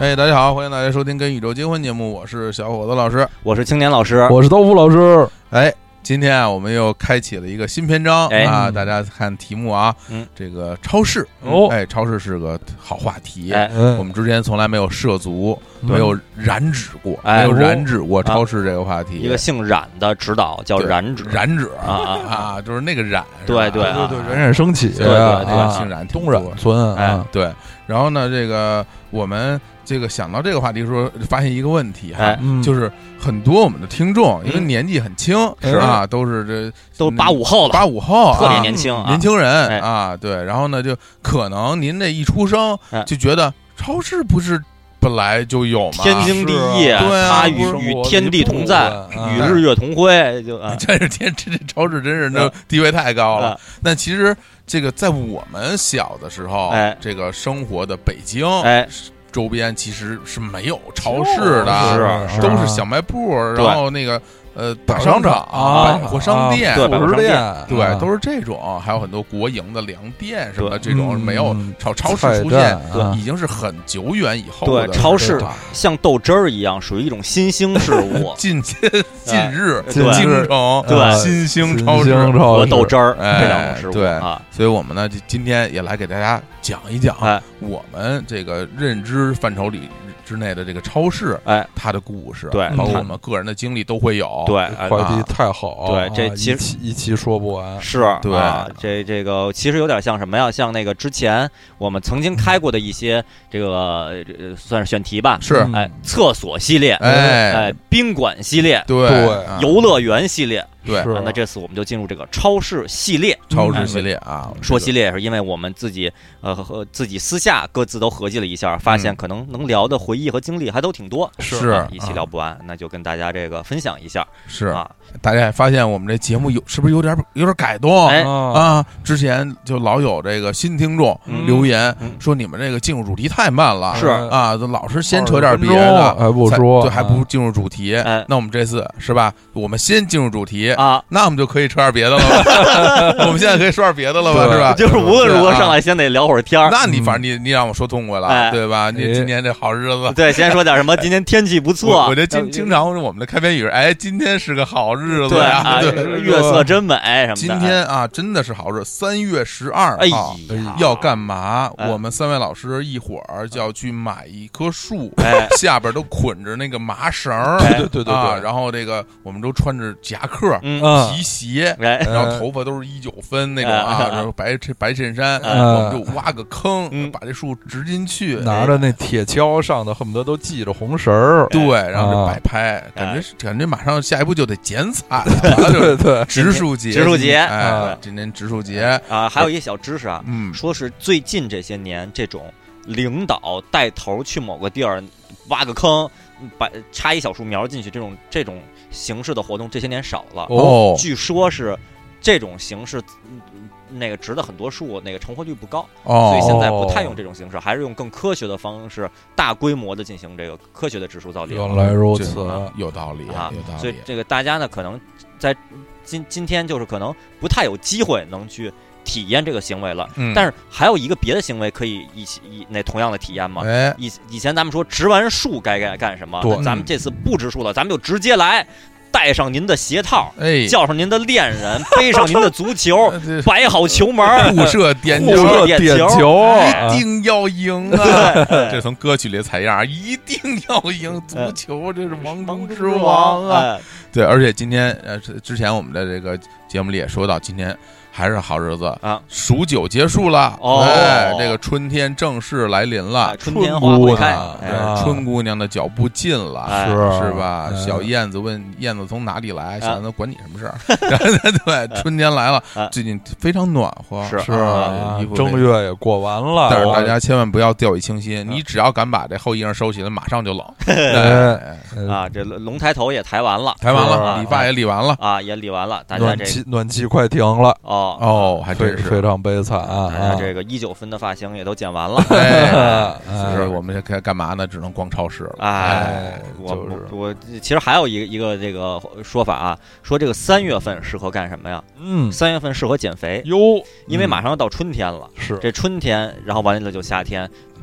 大家好，欢迎大家收听《跟宇宙结婚》节目，我是小伙子老师， 我是青年老师， 我是豆腐老师。 今天啊，我们又开启了一个新篇章啊！大家看题目啊，这个超市超市是个好话题。我们之前从来没有涉足，没有染指过，没有染指过超市这个话题。 一个姓冉的指导叫冉指啊，就是那个冉， 对， 冉冉升起， 对，姓冉， 东冉村啊， 对。然后呢，这个我们这个想到这个话题的时候，发现一个问题哈，就是很多我们的听众因为年纪很轻，是吧？都是都85后了 ，85后特别年轻， 年轻人啊，对。然后呢，就可能您这一出生就觉得超市不是本来就有吗？ 天经地义， 对啊， 它与天地同在，与日月同辉，就这超市真是地位太高了。但其实这个在我们小的时候，这个生活的北京，周边其实是没有超市的，都是小卖部，然后那个大商场、 百货商店、 百货商店， 对，都是这种，还有很多国营的粮店什么的，这种没有超市出现，已经是很久远以后的。 对，超市像豆汁儿一样，属于一种新兴事物。 近日，京城对新兴超市和豆汁儿这两种事物。 对，所以我们呢，今天也来给大家讲一讲我们这个认知范畴里之内的这个超市，它的故事， 对， 包括我们个人的经历都会有。 对， 话题太好， 对，这其实一期说不完。 是，对，这个其实有点像什么呀？像那个之前我们曾经开过的一些这个算是选题吧， 是， 厕所系列，宾馆系列， 对， 游乐园系列。 对， 那这次我们就进入这个超市系列。 超市系列啊， 说系列也是因为我们自己和自己私下各自都合计了一下，发现可能能聊的回忆和经历还都挺多， 是一起聊不完，那就跟大家这个分享一下。 是啊，大家也发现我们这节目是不是有点改动啊？之前就老有这个新听众留言说你们这个进入主题太慢了， 是啊，老是先扯点别的， 还不说， 对，还不进入主题。那我们这次是吧？我们先进入主题。那我们就可以扯点别的了吧？我们现在可以说点别的了吧？是吧？ 就是无论如何上来先得聊会儿天儿。 那你反正你让我说痛快了，对吧？你今天这好日子， 对，先说点什么？今天天气不错。 我这经常我们的开篇语是，今天是个好日子呀， 月色真美什么的。 今天啊，真的是好日，3月12号要干嘛？我们3位老师一会儿就要去买一棵树，下边都捆着那个麻绳， 对， 然后这个我们都穿着夹克。皮鞋，然后头发都是19分那种然后白衬衫，我们就挖个坑，把这树植进去， 拿着那铁锹上的恨不得都系着红绳儿， 对，然后就摆拍，感觉马上下一步就得剪彩了，对，植树节，今年植树节啊，还有一小知识啊，说是最近这些年这种领导带头去某个地儿挖个坑，插一小树苗进去，这种形式的活动这些年少了。据说是这种形式，那个植的很多树，那个成活率不高，所以现在不太用这种形式，还是用更科学的方式，大规模的进行这个科学的植树造林。 原来如此， 有道理啊，有道理。 所以这个大家呢，可能在今天就是可能不太有机会能去体验这个行为了，但是还有一个别的行为可以那同样的体验吗？以前咱们说植完树该干什么，咱们这次不植树了，咱们就直接来。带上您的鞋套，叫上您的恋人，背上您的足球，摆好球门， 互射点球，一定要赢啊！这从歌曲里采样，一定要赢足球，这是王中之王啊！对，而且今天之前我们的这个节目里也说到，今天还是好日子啊！数9结束了，这个春天正式来临了， 春天花会开， 春姑娘的脚步近了，是吧？小燕子问燕子从哪里来，小燕子管你什么事儿？对，春天来了，最近非常暖和， 是正月也过完了， 但是大家千万不要掉以轻心，你只要敢把这后衣裳收起来，马上就冷。 这龙抬头也抬完了， 理发也理完了啊，也理完了，大家暖气快停了。 还真是非常悲惨啊！ 大家这个19分的发型也都剪完了， 所以我们该干嘛呢？只能逛超市了。 我其实还有一个这个说法啊，说这个3月份适合干什么呀？3月份适合减肥哟， 因为马上要到春天了。 是这春天，然后完了就夏天，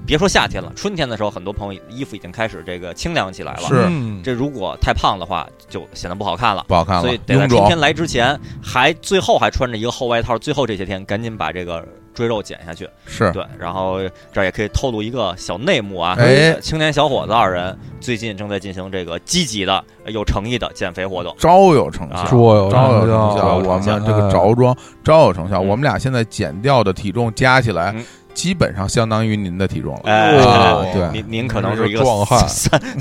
别说夏天了，春天的时候，很多朋友衣服已经开始这个清凉起来了。 是， 这如果太胖的话，就显得不好看了， 不好看了。 所以得在春天来之前，最后还穿着一个厚外套，最后这些天赶紧把这个赘肉减下去。 是对，然后这儿也可以透露一个小内幕啊，青年小伙子二人最近正在进行这个积极的、有诚意的减肥活动， 朝有成效， 朝有成效。我们这个着装朝有成效，我们俩现在减掉的体重加起来。基本上相当于您的体重了，对， 您可能是一个壮汉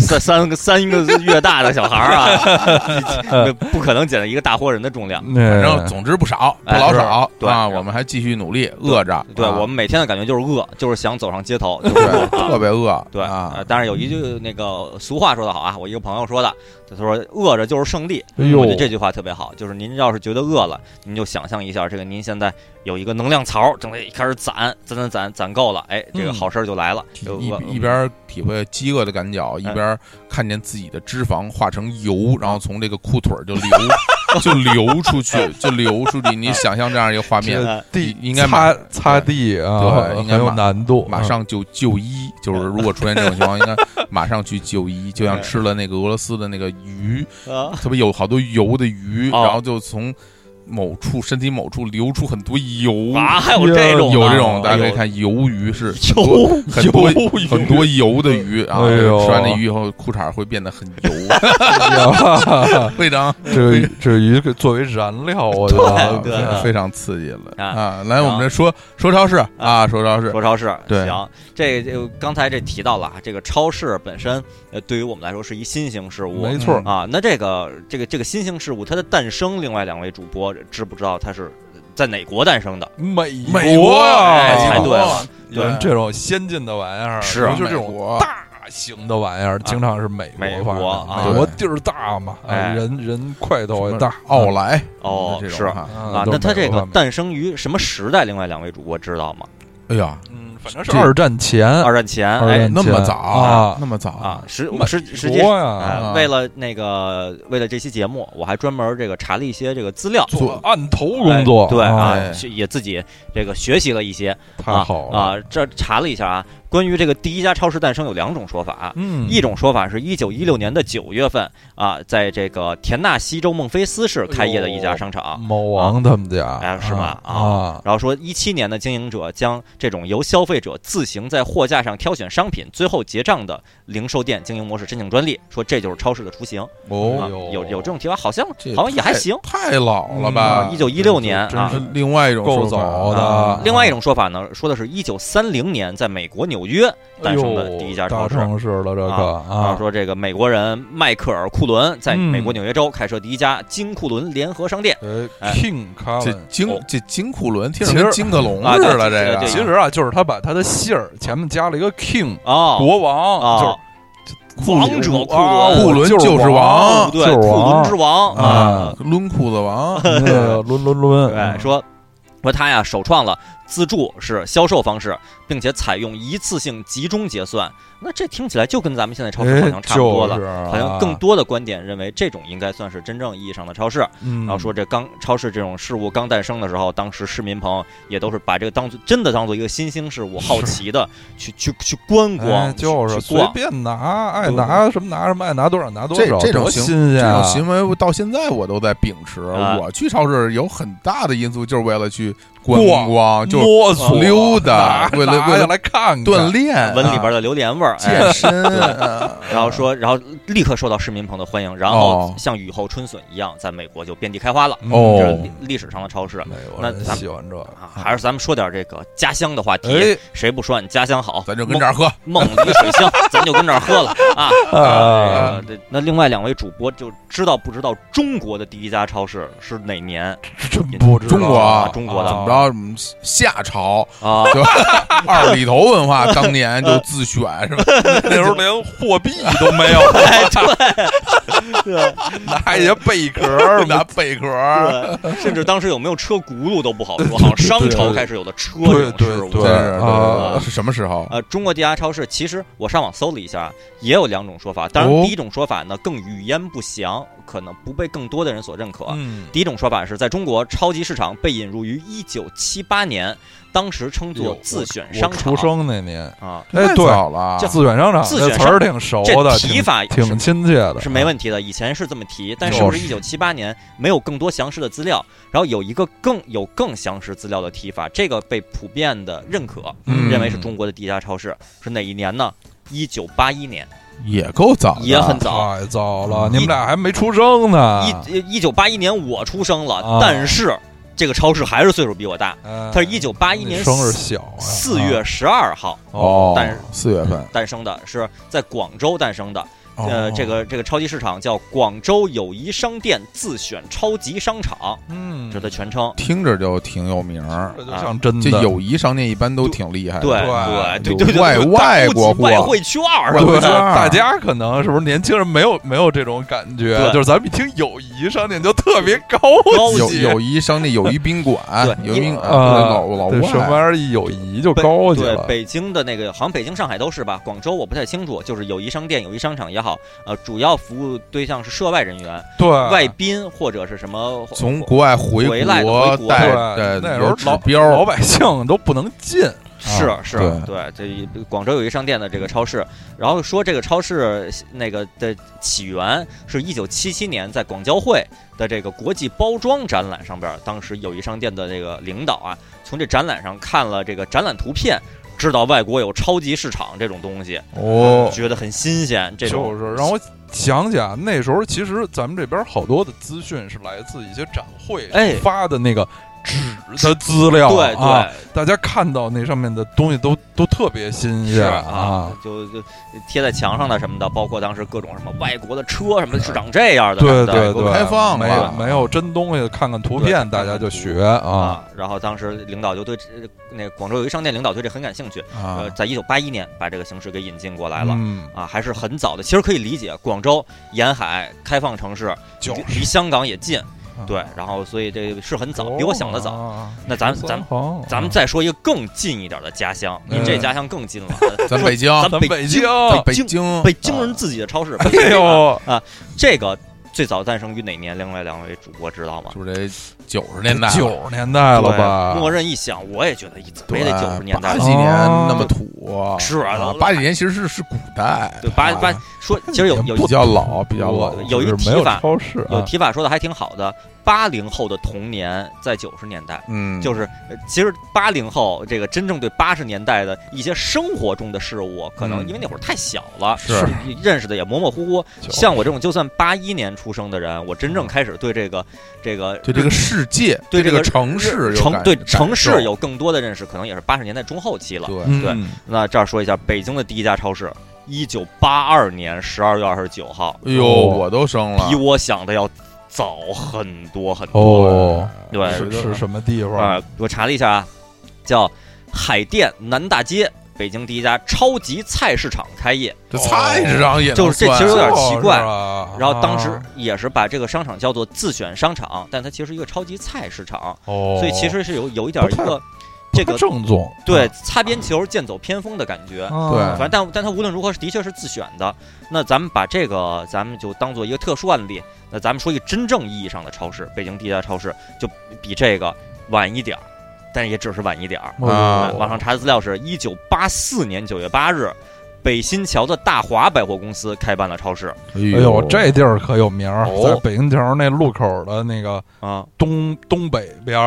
，3个月大的小孩啊，不可能减了一个大活人的重量。 反正总之不少，不老少，对啊，我们还继续努力，饿着。 对，我们每天的感觉就是饿，就是想走上街头，就是特别饿。 对啊，但是有一句那个俗话说得好啊，我一个朋友说的，他说饿着就是胜利。我觉得这句话特别好，就是您要是觉得饿了，您就想象一下，这个您现在有一个能量槽，正在开始攒够了，哎，这个好事就来了。 一边体会饥饿的感觉，一边看见自己的脂肪化成油，然后从这个裤腿就流出去，你想象这样一个画面，应该擦地啊， 对，应该有难度， 马上就医。就是如果出现这种情况，应该马上去就医。就像吃了那个俄罗斯的那个鱼，特别有好多油的鱼，然后就从身体某处流出很多油啊，还有这种， 大家可以看鱿鱼是很多油的鱼啊，吃完那鱼以后裤衩会变得很油，非常这鱼作为燃料，我觉得非常刺激了啊！来，我们这说超市啊，说超市， 对，行，这刚才这提到了这个超市本身，对于我们来说是一新兴事物， 没错啊。那这个新兴事物它的诞生，另外两位主播知不知道它是在哪国诞生的？ 美国啊， 猜对了。 这种先进的玩意儿， 是就这种大型的玩意儿，经常是美国啊， 美国地儿大嘛，人块头也大。 奥莱是啊，那它这个诞生于什么时代？另外两位主播知道吗？ 哎呀， 反正是二战前， 哎， 那么早啊，那么早啊，实际上，为了这期节目，我还专门这个查了一些这个资料， 做案头工作， 对啊，也自己这个学习了一些， 太好了啊，这查了一下啊。关于这个第一家超市诞生有两种说法，一种说法是1916年的9月份啊，在这个田纳西州孟菲斯市开业的一家商场， 猫王他们家， 是吧？啊，然后说17年的经营者将这种由消费者自行在货架上挑选商品，最后结账的零售店经营模式申请专利，说这就是超市的雏形。有这种提法，好像也还行， 太老了吧 ？1916年啊， 另外一种够早的。 另外一种说法呢，说的是1930年在美国纽约诞生的第一家超市， 大城市了这个啊， 说这个美国人迈克尔·库伦在美国纽约州开设第一家金库伦联合商店。 King 这金库伦听着跟金克隆似的，这个其实啊，就是他把他的姓儿前面加了一个 King 国王， 就是王者库伦就是王， 对，库伦之王啊，抡裤子王， 抡， 对，说他呀首创了自助式销售方式，并且采用一次性集中结算。那这听起来就跟咱们现在超市好像差不多了，好像更多的观点认为这种应该算是真正意义上的超市。然后说这超市这种事物刚诞生的时候，当时市民朋友也都是把这个当做一个新兴事物，好奇的去观光， 就是随便拿，爱拿什么拿什么，爱拿多少拿多少。 这种新鲜， 这种行为到现在我都在秉持。我去超市有很大的因素就是为了去观光，就摸索溜达，为了来看锻炼， 闻里边的榴莲味儿。 健身， 然后立刻受到市民朋友的欢迎，然后像雨后春笋一样，在美国就遍地开花了。这是历史上的超市。那咱们喜欢这还是咱们说点这个家乡的话题。谁不说你家乡好？ 咱就跟这儿喝梦里水乡，咱就跟这儿喝了啊！那另外两位主播就知道不知道中国的第一家超市是哪年？ 真不知道。 中国的怎么着？夏朝啊，就二里头文化当年就自选是吧？ 那时候连货币都没有， 对， 拿一些贝壳， 拿贝壳， 甚至当时有没有车轱辘都不好说。好像商朝开始有的车这种事物， 对，是什么时候？ 中国第一家超市，其实我上网搜了一下，也有两种说法。当然，第一种说法呢更语焉不详，可能不被更多的人所认可。第一种说法是在中国超级市场被引入于1978年， 当时称作自选商场。 我出生那年啊， 哎，对了， 自选商场这词儿挺熟的， 这提法挺亲切的， 是没问题的。以前是这么提，但是不是1978年没有更多详实的资料，然后有一个更详实资料的提法，这个被普遍的认可，认为是中国的第一家超市。是哪一年呢？1981年。 也够早， 也很早， 太早了。你们俩还没出生呢。 1981年我出生了，但是这个超市还是岁数比我大。他是1981年生日小 4月12号 4月份诞生的，是在广州诞生的。这个超级市场叫广州友谊商店自选超级商场，这的全称， 听着就挺有名儿， 就像真的。 这友谊商店一般都挺厉害的， 对， 外国货， 外汇券儿， 对，大家可能是不是年轻人没有这种感觉，就是咱们一听友谊商店就特别高级， 友谊商店、友谊宾馆，友谊老外什么玩意儿友谊就高级了。 对，北京的那个好像北京、上海都是吧？广州我不太清楚，就是友谊商店、友谊商场也好。主要服务对象是涉外人员， 对外宾或者是什么从国外回来的对， 那时候指标， 老百姓都不能进。 是，对，这广州友谊商店的这个超市，然后说这个超市那个的起源是1977年在广交会的这个国际包装展览上边，当时友谊商店的这个领导啊，从这展览上看了这个展览图片。知道外国有超级市场这种东西，觉得很新鲜。这种就是让我想起那时候，其实咱们这边好多的资讯是来自一些展会发的那个纸的资料， 对， 大家看到那上面的东西都特别新鲜啊，就贴在墙上的什么的，包括当时各种什么外国的车什么是长这样的， 对， 开放没有真东西，看看图片大家就学啊。 然后当时领导就对那广州友谊商店领导对这很感兴趣，在1981年把这个形式给引进过来了，还是很早的。其实可以理解，广州沿海开放城市，离香港也近。对，然后所以这是很早，比我想的早。那咱们再说一个更近一点的家乡，你这家乡更近了。 咱北京人自己的超市。 哎呦这个最早诞生于哪年？另外两位主播知道吗？ 是不是这90年代 ？90年代了吧？ 默认一想，我也觉得没得90年代。 80几年那么土， 是啊 ，80几年其实是古代。 对，8说其实有比较老， 有一提法， 有提法说的还挺好的。80后的童年在90年代，就是其实80后这个真正对80年代的一些生活中的事物，可能因为那会儿太小了， 是认识的也模模糊糊。像我这种就算81年出生的人，我真正开始对这个世界，对这个城市有更多的认识，可能也是80年代中后期了。对，那这儿说一下北京的第一家超市，1982年12月29号。 哎呦，我都生了， 比我想的要早很多很多。对， 是什么地方我查了一下啊，叫海淀南大街，北京第一家超级菜市场开业。 这菜市场也就是这其实有点奇怪。然后当时也是把这个商场叫做自选商场，但它其实是一个超级菜市场，所以其实是有一点一个。这个正宗， 对，擦边球、剑走偏锋的感觉， 对， 反正但它无论如何的确是自选的。那咱们把这个咱们就当做一个特殊案例。那咱们说一个真正意义上的超市，北京第一家超市就比这个晚一点，但也只是晚一点啊。网上查的资料是1984年9月8日。北新桥的大华百货公司开办了超市。 哎呦，这地儿可有名儿，在北新桥那路口的那个东北边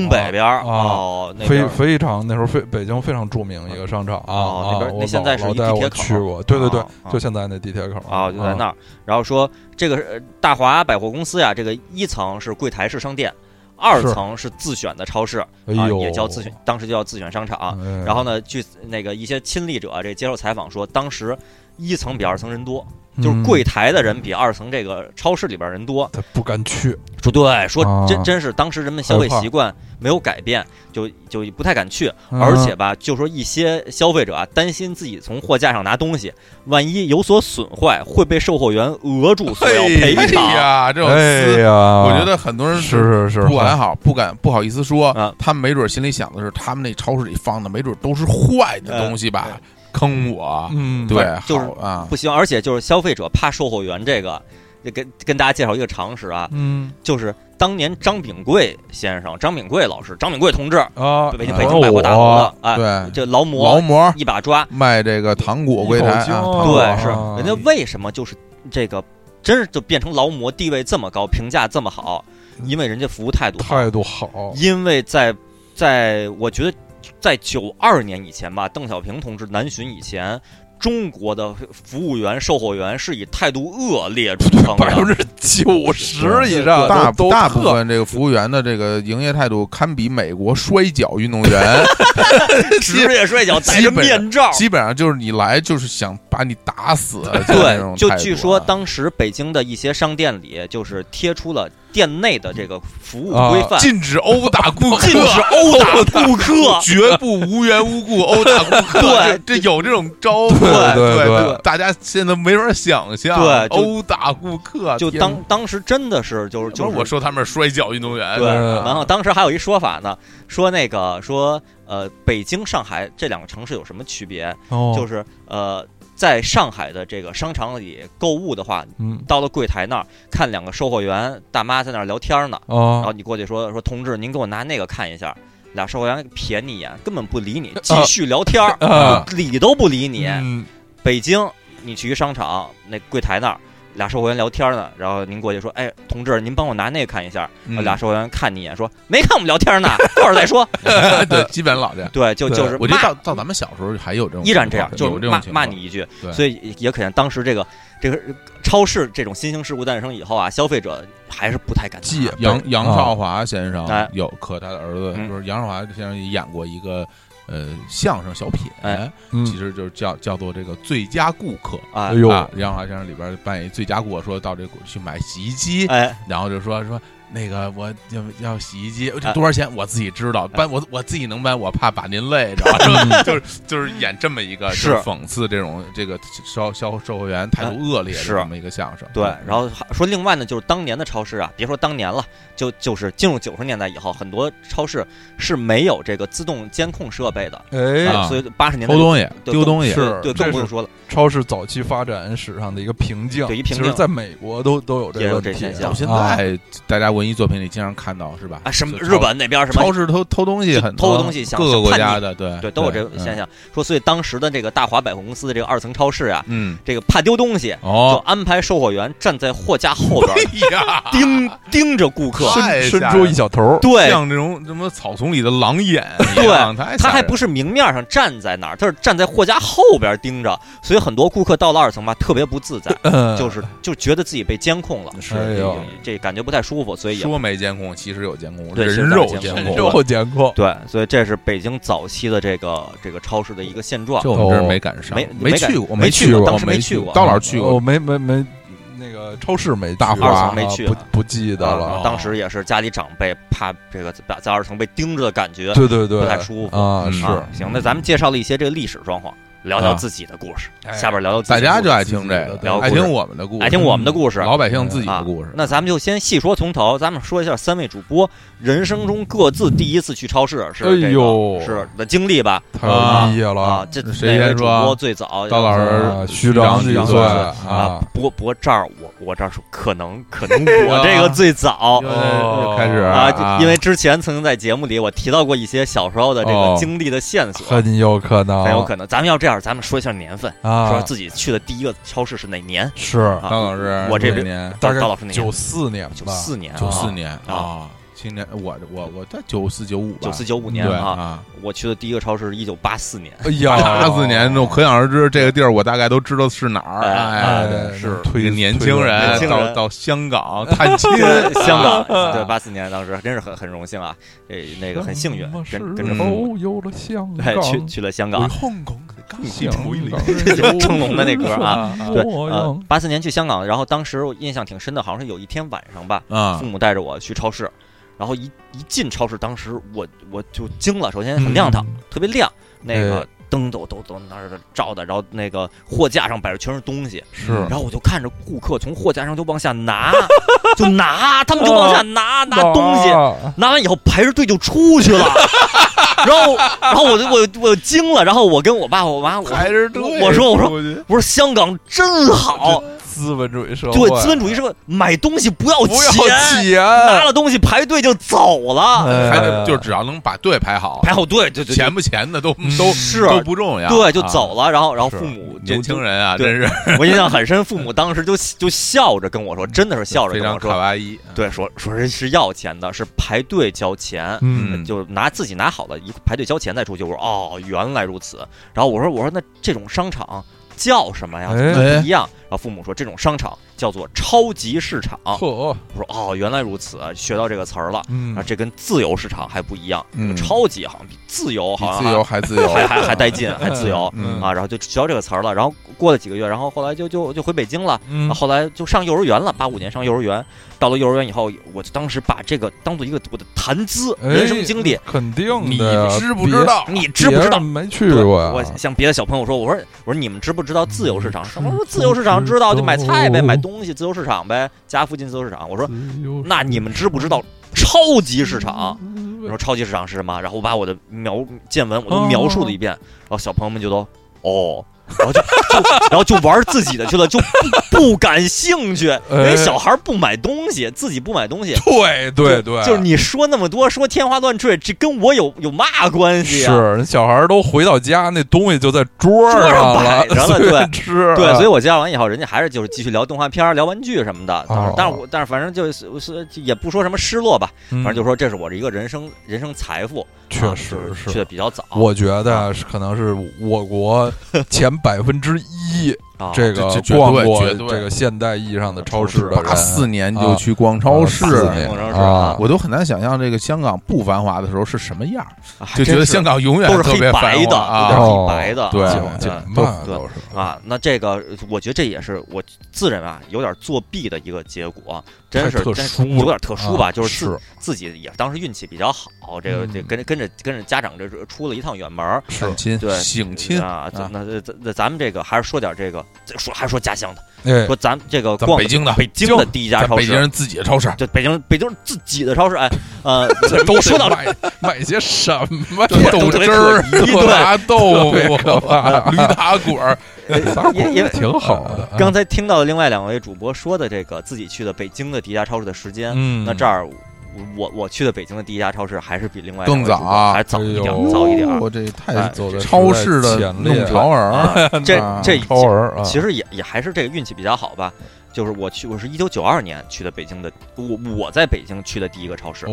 非常那时候北京非常著名一个商场那边那现在是一地铁口， 去过，对，就现在那地铁口就在那儿。然后说这个大华百货公司呀，这个1层是柜台式商店。2层是自选的超市，也叫自选，当时就叫自选商场。然后呢，据那个一些亲历者这接受采访说，当时1层比2层人多，就是柜台的人比2层这个超市里边人多， 他不敢去。 说真是当时人们消费习惯没有改变，就不太敢去。而且吧，就说一些消费者啊，担心自己从货架上拿东西，万一有所损坏，会被售货员讹住，索要赔偿呀。这种我觉得很多人是不还好，不好意思说，他们没准心里想的是，他们那超市里放的没准都是坏的东西吧。坑我，对， 就是不行，而且就是消费者怕售货员这个，跟大家介绍一个常识啊，就是当年张炳贵先生、张炳贵老师、张炳贵同志啊， 北京百货大楼的，哎， 对， 这劳模一把抓卖这个糖果柜台， 对，是人家为什么就是这个，真是就变成劳模，地位这么高，评价这么好，因为人家服务态度好，因为在我觉得在92年以前吧，邓小平同志南巡以前。中国的服务员、售货员是以态度恶劣著称的 ，90%以上大部分这个服务员的这个营业态度堪比美国摔跤运动员， 职业摔跤戴着面罩， 基本上就是你来就是想把你打死。 对，就据说当时北京的一些商店里就是贴出了店内的这个服务规范， 禁止殴打顾客， 禁止殴打顾客， 绝不无缘无故殴打顾客。 对， 这有这种招。对，大家现在没法想象， 对， 殴打顾客， 就当时真的是就是我说他们是摔跤运动员， 对，然后当时还有一说法呢，说北京、上海这两个城市有什么区别？就是在上海的这个商场里购物的话，到了柜台那儿看两个售货员大妈在那儿聊天呢，然后你过去说同志，您给我拿那个看一下。俩售货员瞥你一眼，根本不理你，继续聊天，理都不理你。北京，你去一商场，那柜台那儿，俩售货员聊天呢，然后您过去说：“哎，同志，您帮我拿那个看一下。”俩售货员看你一眼，说：“没看我们聊天呢，一会儿再说。” 对，基本老这样。 对，就是我觉得到咱们小时候还有这种， 依然这样，就是骂你一句。所以也可见当时这个超市这种新兴事物诞生以后啊，消费者还是不太敢接。 杨少华先生有和他的儿子，就是杨少华先生也演过一个相声小品，其实就是叫做这个最佳顾客啊。杨少华先生里边扮演最佳顾客，说到这去买洗衣机，然后就说那个我要洗衣机，这多少钱我自己知道，搬我自己能搬，我怕把您累着，就是演这么一个是讽刺这种这个售货员态度恶劣的这么一个相声。 对，然后说另外呢，就是当年的超市啊，别说当年了，就是进入90年代以后，很多超市是没有这个自动监控设备的，所以80年代偷东西丢东西是， 对，更不用说了。 超市早期发展史上的一个瓶颈， 对，一瓶颈， 在美国都有这个现象。 到现在大家文艺作品里经常看到是吧？ 什么日本那边什么超市偷东西很偷东西， 各个国家的对都有这个现象。说所以当时的这个大华百货公司的这个2层超市啊，这个怕丢东西，就安排售货员站在货架后边，盯着顾客， 伸出一小头， 对， 像这种什么草丛里的狼眼一样。对，他还不是明面上站在那儿，他是站在货架后边盯着，所以很多顾客到了2层吧，特别不自在，就觉得自己被监控了，这感觉不太舒服，所以说没监控，其实有监控， 对， 人肉监控， 对，所以这是北京早期的这个超市的一个现状。 这我们这儿没赶上，没去过， 没去过，当时没去过， 到哪儿去过？ 我没那个超市没大华没去， 不记得了。 当时也是家里长辈怕这个在2层被盯着的感觉， 对， 不太舒服啊。是行，那咱们介绍了一些这个历史状况。聊聊自己的故事，下边聊聊自己的故事。 大家就爱听这个，爱听我们的故事， 爱听我们的故事， 老百姓自己的故事。 那咱们就先细说从头，咱们说一下3位主播人生中各自第一次去超市是的经历吧。 太有意义了啊！这哪位主播最早？ 高老师虚长几岁啊？不过这儿我这儿说可能我这个最早开始啊，因为之前曾经在节目里我提到过一些小时候的这个经历的线索， 很有可能。 咱们要这样。咱们说一下年份啊，说自己去的第一个超市是哪年？ 是高老师， 我这年大概老师 94年 ，94年啊。今年我在94、95 年啊，我去的第一个超市是1984年。 哎呀 ，84年，可想而知，这个地儿我大概都知道是哪儿。 是推年轻人到香港探亲， 香港对84年，当时真是很荣幸啊，那个很幸运，跟着有了香港， 去了香港。 香成龙的那歌啊，对，84年去香港，然后当时我印象挺深的，好像是有一天晚上吧，父母带着我去超市。然后一进超市，当时我就惊了。首先很亮堂，特别亮，那个灯都那儿照的，然后那个货架上摆着全是东西，然后我就看着顾客从货架上就往下拿，他们就往下拿东西，拿完以后排着队就出去了。然后我惊了，然后我跟我爸我妈排着队，我说香港真好。 资本主义社会， 对，资本主义社会买东西不要钱，拿了东西排队就走了， 还得就只要能把队排好队，对， 钱不钱的都不重要， 对，就走了。然后父母年轻人啊，真是我印象很深，父母当时就笑着跟我说，真的是笑着跟我说， 非常卡哇伊， 对，说是要钱的，是排队交钱，就自己拿好了一排队交钱再出去。我说哦，原来如此。然后我说那这种商场叫什么呀？不一样。然后父母说这种商场叫做超级市场。我说哦，原来如此，学到这个词儿了。然后这跟自由市场还不一样，超级好像比自由好像还自由， 还带劲，还自由啊。然后就学到这个词儿了。然后过了几个月，然后后来就回北京了。后来就上幼儿园了，85年上幼儿园。到了幼儿园以后，我就当时把这个当做一个我的谈资，人生经历。 肯定的， 你知不知道？ 你知不知道？ 没去过呀。 我向别的小朋友说，我说你们知不知道自由市场？什么自由市场？知道就买菜呗，买东西，自由市场呗，家附近自由市场。我说，那你们知不知道超级市场？我说超级市场是什么？然后我把我的见闻我都描述了一遍，然后小朋友们就都然后就玩自己的去了，就不感兴趣，因为小孩不买东西，自己不买东西。 对， 就是你说那么多，说天花乱坠，这跟我有嘛关系啊？ 是，小孩都回到家，那东西就在桌上摆着了，对， 吃。 对，所以我介绍完以后，人家还是就是继续聊动画片、聊玩具什么的。但是反正就是也不说什么失落吧，反正就说这是我的一个人生财富。 确实是去的比较早， 我觉得可能是我国前1%这个逛过这个现代意义上的超市的人 ，84年就去逛超市啊！ 我都很难想象这个香港不繁华的时候是什么样，就觉得香港永远都是特别白的啊， 黑白的， 对都是啊。那这个我觉得这也是我自认为有点作弊的一个结果，真是有点特殊吧，就是自己也当时运气比较好，这跟着家长这出了一趟远门， 省亲对省亲啊。那咱们这个还是说点这个，还说家乡的，说咱这个逛北京的第一家超市， 北京人自己的超市， 就北京自己的超市， 都说到买些什么豆汁儿、麻豆腐、驴打滚儿， 也挺好的。 刚才听到另外2位主播说的这个自己去的北京的第一家超市的时间，那这儿。我去的北京的第一家超市还是比另外更早， 还早一点。 我这太超市的弄潮儿， 这潮儿其实也还是这个运气比较好吧。就是我是1992年去的北京的，我在北京去的第一个超市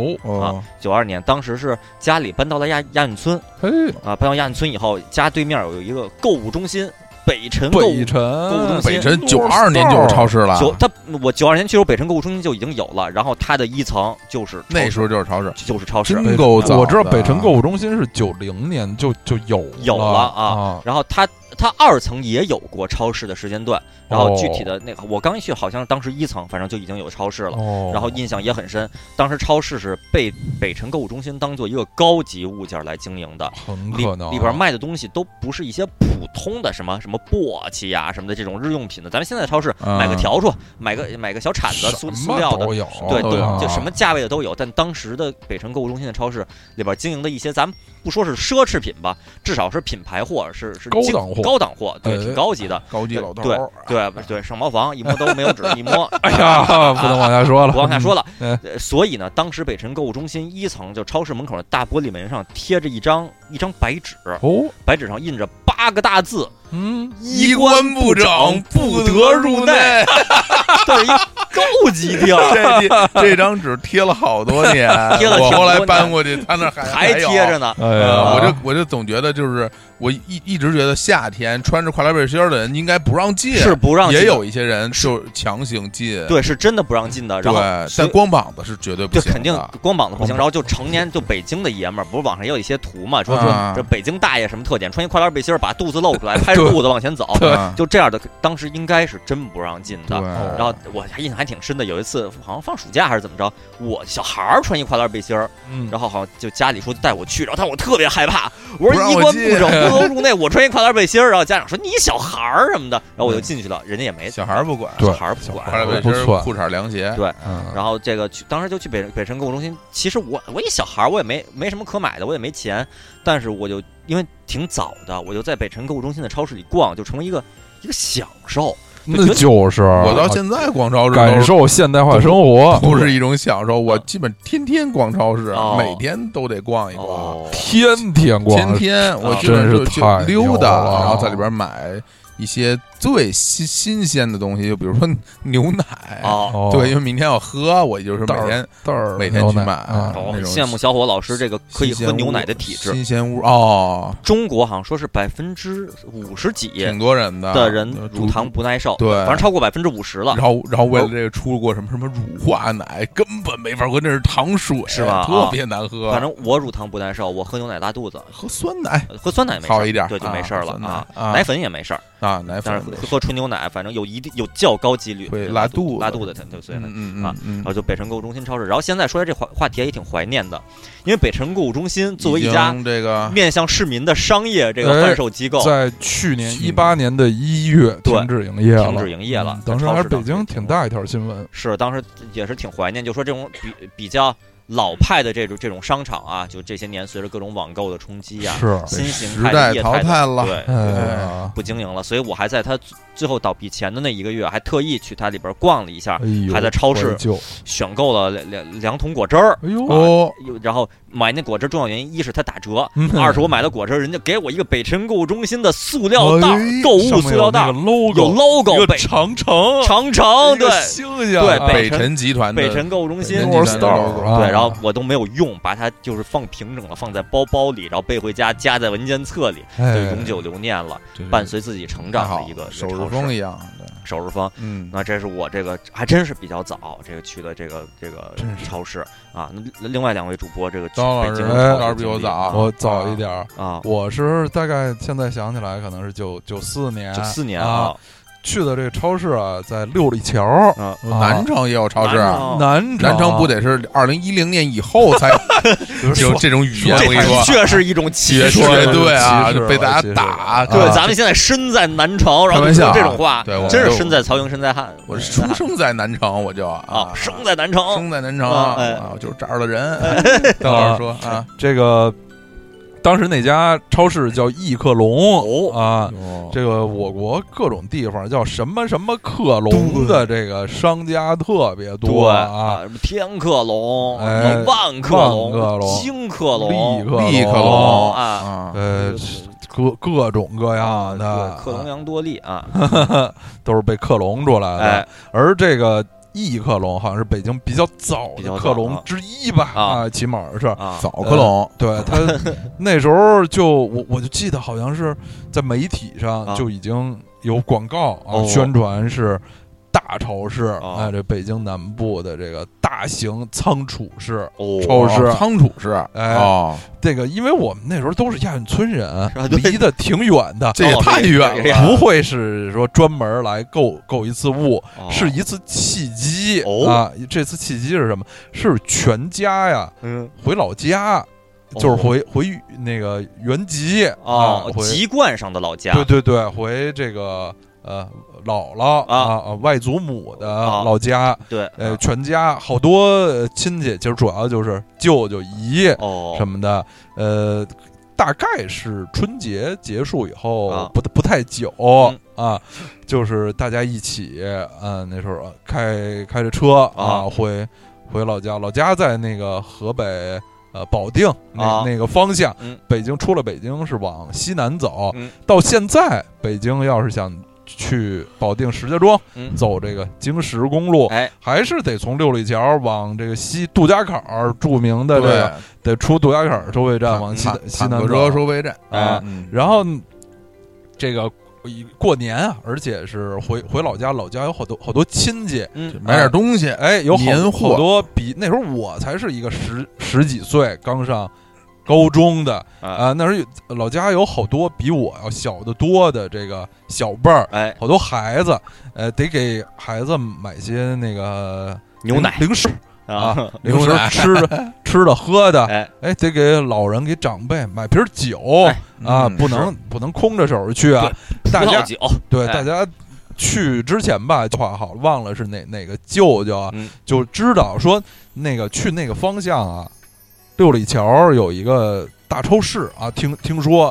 92年，当时是家里搬到了亚运村，搬到亚运村以后，家对面有一个购物中心。北辰购物中心， 北辰92年就有超市了。 我92年去的时候，北辰购物中心就已经有了，然后它的1层就是那时候就是超市， 真够早。我知道北辰购物中心是90年就有了啊，然后它2层也有过超市的时间段，然后具体的那个我刚一去，好像当时1层反正就已经有超市了，然后印象也很深。当时超市是被北辰购物中心当做一个高级物件来经营的， 很可能里边卖的东西都不是一些普通的什么簸箕呀什么的这种日用品的。咱们现在超市买个笤帚，买个小铲子，塑料的，对，就什么价位的都有。但当时的北辰购物中心的超市里边经营的一些，咱们不说是奢侈品吧，至少是品牌货，是高档货，对，挺高级的， 高级老头， 对，上茅房一摸都没有纸，一摸， 哎呀，不能往下说了， 不往下说了。所以呢，当时北辰购物中心1层就超市门口的大玻璃门上贴着一张白纸，白纸上印着8个大字， 衣冠不整，不得入内。 这是一高级地儿， 这张纸贴了好多年，我后来搬过去，他那还贴着呢。 我就总觉得就是我一直觉得夏天穿着跨栏背心的人应该不让进， 是不让进， 也有一些人就强行进， 对，是真的不让进的。然后但光膀子是绝对不行的， 肯定光膀子不行。然后就成年就北京的爷们儿，不是网上也有一些图嘛，说这北京大爷什么特点，穿一跨栏背心把肚子露出来，拍着肚子往前走，就这样的。当时应该是真不让进的。然后我还印象还挺深的，有一次好像放暑假还是怎么着，我小孩穿一跨栏背心，然后好像就家里说带我去，然后但我特别害怕，我说衣冠不整，不得入内，我穿一跨栏背心，然后家长说你小孩什么的，然后我就进去了，人家也没小孩不管， 小孩不管， 跨栏背心、裤衩、凉鞋， 对，然后这个当时就去北辰购物中心，其实我一小孩，我也没什么可买的，我也没钱，但是我就因为挺早的，我就在北辰购物中心的超市里逛，就成为一个享受。 那就是我到现在逛超市感受现代化生活， 不是一种享受。我基本天天逛超市，每天都得逛一逛， 天天逛， 天我真是太溜达，然后在里边买一些最新鲜的东西，就比如说牛奶对，因为明天要喝，我就是每天去买。 羡慕小伙老师这个可以喝牛奶的体质， 新鲜屋哦。 中国好像说是50%几， 挺多人的人乳糖不耐受， 对， 反正超过50%了。 然后为了这个出过什么乳化奶，根本没法喝，那是糖水， 是吧？ 特别难喝。 反正我乳糖不耐受，我喝牛奶拉肚子， 喝酸奶没好一点， 对，就没事了啊。 奶粉也没事啊，奶粉喝纯牛奶，反正有较高几率会拉肚子，所以然后就北辰购物中心超市。然后现在说这话题也挺怀念的，因为北辰购物中心作为一家这个面向市民的商业这个贩售机构， 在去年18年的1月停止营业了。 当时还是北京挺大一条新闻， 是当时也是挺怀念，就说这种比较老派的这种商场啊，就这些年随着各种网购的冲击啊， 是新形态的业态淘汰了， 对，不经营了。所以我还在他最后倒闭前的那1个月，还特意去他里边逛了一下，还在超市选购了2桶果汁儿。然后买那果汁重要原因，一是它打折，二是我买的果汁，人家给我一个北辰购物中心的塑料袋，购物塑料袋，有 logo， 长城， 对， 星星， 对， 北辰集团， 北辰购物中心， 对， 然后我都没有用，把它就是放平整了，放在包里，然后背回家，夹在文件册里，就永久留念了，伴随自己成长的一个首日风一样， 首日风。那这是我这个还真是比较早这个去的这个超市啊。另外2位主播这个张老师比我早， 我早一点啊， 我是大概现在想起来可能是94年啊。 去的这个超市啊，在六里桥南城也有超市啊。 南城不得是2010年以后才有这种语言？我跟你说， 确是一种歧视， 对啊，被大家打。 对，咱们现在身在南城，然后说这种话， 对， 真是身在曹营身在汉。 我是出生在南城，我就生在南城， 就是这儿的人。邓老师说啊， 这个。当时那家超市叫易客隆这个我国各种地方叫什么什么客隆的这个商家特别多啊， 天客隆、万客隆、金客隆、 利客隆啊， 各种各样的， 克隆羊多利啊， 都是被克隆出来的，而这个。易客隆好像是北京比较早的客隆之一吧，起码是早客隆。 对他那时候我就记得好像是在媒体上就已经有广告宣传是大超市，这北京南部的这个大型仓储式超市， 仓储式， 这个因为我们那时候都是亚运村人，离得挺远的， 这也太远了， 不会是说专门来购一次物，是一次契机啊。这次契机是什么？是全家呀，回老家。就是回那个原籍籍贯上的老家， 对，回这个姥姥外祖母的老家， 对， 全家好多亲戚，其实主要就是舅舅姨什么的，大概是春节结束以后不太久就是大家一起那时候开着车回老家，老家在那个河北。保定那个方向，北京出了北京是往西南走，到现在北京要是想去保定石家庄，走这个京石公路，还是得从六里桥往这个西杜家坎著名的这个得出杜家坎收费站往西南走收费站然后这个。过年啊，而且是回老家有好多亲戚， 买点东西， 有好多比那时候我才是一个十几岁刚上高中的那时候老家有好多比我要小得多的这个小辈儿，好多孩子，得给孩子买些那个牛奶零食。零食吃的喝的，得给老人给长辈买瓶酒不能空着手去啊！大家大家去之前吧，话好忘了是哪个舅舅就知道说那个去那个方向六里桥有一个大超市听说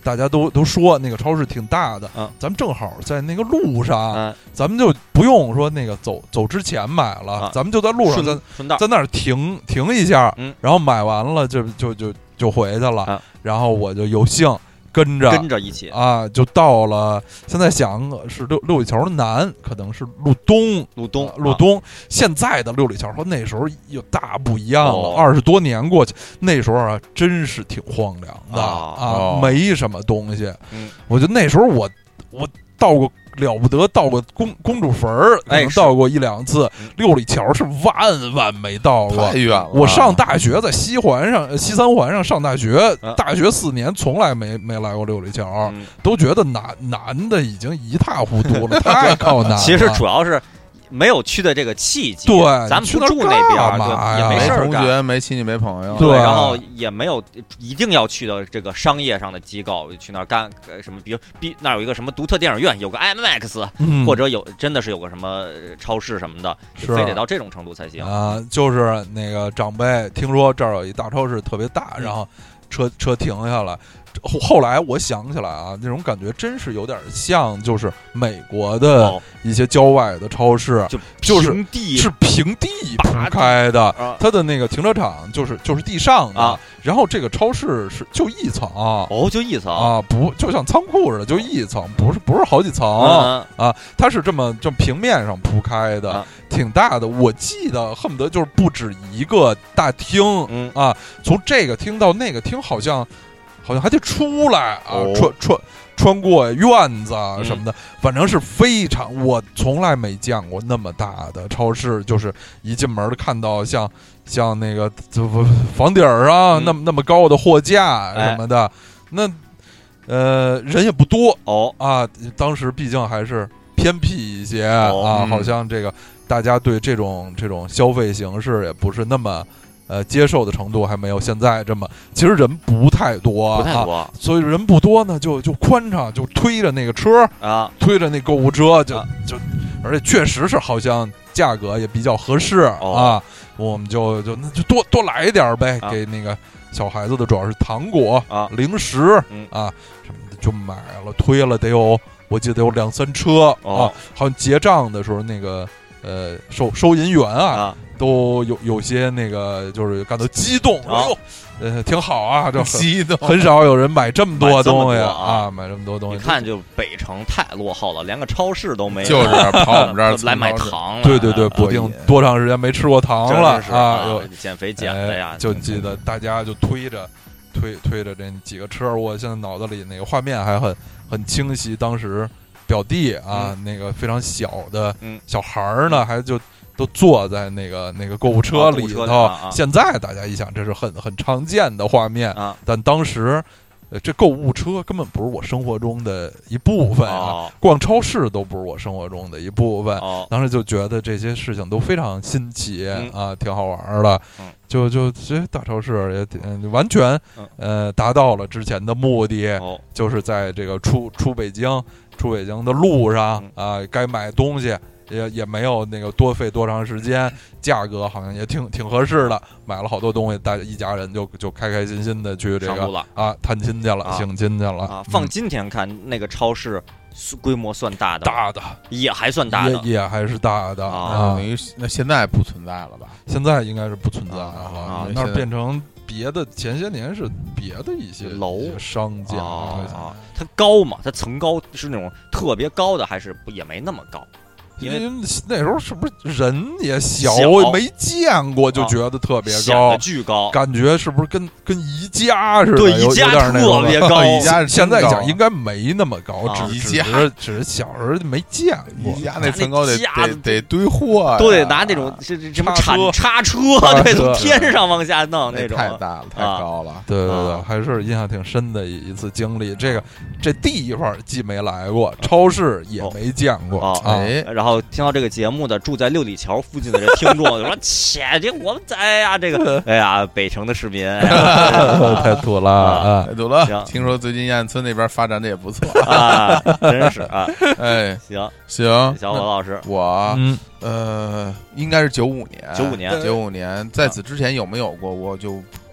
大家都说那个超市挺大的，咱们正好在那个路上，咱们就不用说那个走之前买了，咱们就在路上在那儿停一下，然后买完了就回去了，然后我就有幸跟着一起啊，就到了。现在想是六里桥的南，可能是路东。现在的六里桥和那时候又大不一样了。20多年过去，那时候啊，真是挺荒凉的没什么东西。我觉得那时候我到过了不得，到过公主坟可能到过1-2次。六里桥是万没到过， 太远了。 我上大学在西三环上上大学，大学4年从来没来过六里桥，都觉得难的已经一塌糊涂了，太靠南了。 其实主要是没有去的这个契机， 对， 咱不住那边嘛， 也没事儿干，没同学、没亲戚、没朋友， 对， 然后也没有一定要去的这个商业上的机构去那儿干什么，比如那有一个什么独特电影院，有个 IMAX，或者真的是有个什么超市什么的，非得到这种程度才行啊。就是那个长辈听说这儿有一大超市特别大，然后车停下来。后来我想起来啊，那种感觉真是有点像，就是美国的一些郊外的超市，就是平地铺开的，它的那个停车场就是地上的，然后这个超市是就一层就一层啊，不就像仓库似的，就一层，不是好几层啊，它是这么平面上铺开的，挺大的。我记得恨不得就是不止一个大厅啊，从这个厅到那个厅好像还得出来啊，穿过院子什么的，反正是非常，我从来没见过那么大的超市，就是一进门看到像那个房顶上那么高的货架什么的，那人也不多啊，当时毕竟还是偏僻一些啊，好像这个大家对这种消费形式也不是那么。接受的程度还没有现在这么，其实人不太多，所以人不多呢，就宽敞，就推着那个车啊， 推着那购物车，就，而且确实是好像价格也比较合适啊，我们就多来一点呗，给那个小孩子的主要是糖果零食啊什么的就买了，推了得有，我记得有2-3车啊，好像结账的时候那个收银员啊。都有些那个就是感到激动，哎呦，挺好啊，就激动， 很少有人买这么多东西啊，买这么多东西。 你看，就北城太落后了，连个超市都没有， 就是跑我们这儿来买糖了。 对，不定多长时间没吃过糖了啊， 减肥减的呀。 就记得大家就推着这几个车，我现在脑子里那个画面还很清晰。当时表弟啊，那个非常小的小孩儿呢，还都坐在那个购物车里头。现在大家一想，这是很常见的画面但当时这购物车根本不是我生活中的一部分逛超市都不是我生活中的一部分当时就觉得这些事情都非常新奇啊，挺好玩的。就这大超市也完全达到了之前的目的，就是在这个出北京的路上啊，该买东西。也没有那个多费多长时间，价格好像也挺合适的，买了好多东西，大家一家人就开开心心的去这个探亲去了，省亲去了放今天看那个超市规模算大的，也还算大的， 也还是大的等于那现在不存在了吧？ 现在应该是不存在了那变成别的，前些年是别的一些楼商家它高嘛？它层高是那种特别高的，还是也没那么高？ 因为那时候是不是人也小没见过，就觉得特别高， 巨高， 感觉是不是跟宜家似的？ 对，宜家特别高。 宜家现在讲应该没那么高，只是小时候没见过。 宜家那层高得堆货， 对，拿那种什么叉车，对，从天上往下弄那种， 太大了，太高了。 对，还是印象挺深的一次经历。这地方既没来过，超市也没见过然后听到这个节目的住在六里桥附近的这听众就说：“切，这我们在呀，这个哎呀，北城的市民太土了太土了。听说最近燕村那边发展的也不错啊，真是啊。 哎， 行，小伙老师， 我应该是95年， 95年， 在此之前有没有过我就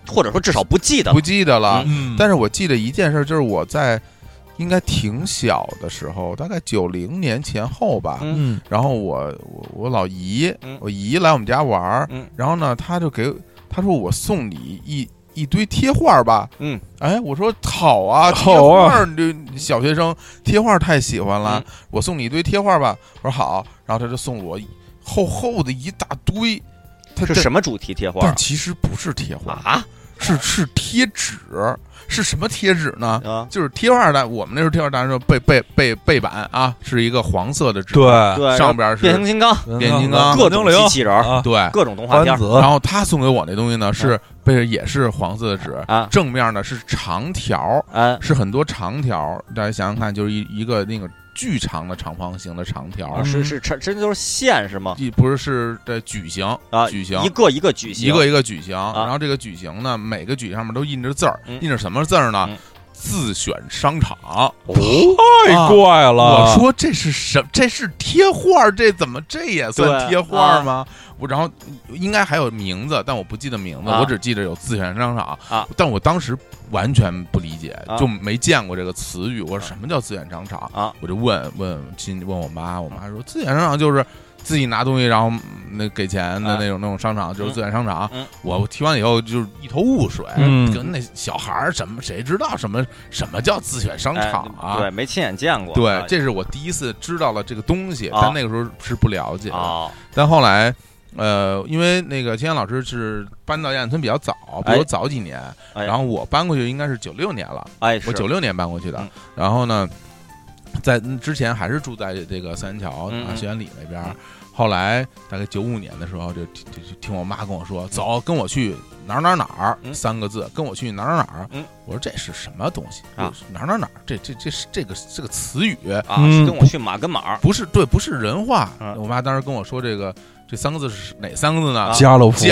或者说至少不记得了。但是我记得一件事，就是我在应该挺小的时候，大概90年前后吧。然后我老姨，我姨来我们家玩，然后呢，他说我送你一堆贴画吧。哎，我说好啊，贴画，这小学生贴画太喜欢了，我送你一堆贴画吧。我说好，然后他就送我厚厚的一大堆。 是什么主题贴画？ 但其实不是贴画啊，是贴纸。是什么贴纸呢？就是贴画的。我们那时候贴画当然背板啊，是一个黄色的纸， 对， 上边是变形金刚、各种机器人，对，各种动画片。 然后他送给我那东西呢，是也是黄色的纸，正面呢是长条，是很多长条。大家想想看，就是一个那个巨长的长方形的长条， 这都是线是吗？ 不是的，矩形啊，矩形， 一个一个矩形， 一个矩形。然后这个矩形呢，每个矩上面都印着字儿，印着什么字儿呢？自选商场。 太怪了！ 我说这是这是贴画，这也算贴画吗？然后应该还有名字，但我不记得名字，我只记得有自选商场啊。但我当时完全不理解，就没见过这个词语。我说什么叫自选商场啊？我就问我妈，我妈说自选商场就是自己拿东西，然后那给钱的那种商场，就是自选商场。我提完以后就是一头雾水，跟那小孩谁知道什么叫自选商场啊？ 对，没亲眼见过。 对，这是我第一次知道了这个东西，但那个时候是不了解的。但后来。因为那个秦岩老师是搬到亚运村比较早，比我早几年，然后我搬过去应该是96年了，我96年搬过去的。然后呢，在之前还是住在这个三元桥学院里那边。后来大概95年的时候，就听我妈跟我说：“走，跟我去哪儿3个字，跟我去哪儿。”我说这是什么东西啊？哪儿？这个词语啊，是跟我去马跟马， 不是人话。我妈当时跟我说这3个字是哪3个字呢？ 家乐福。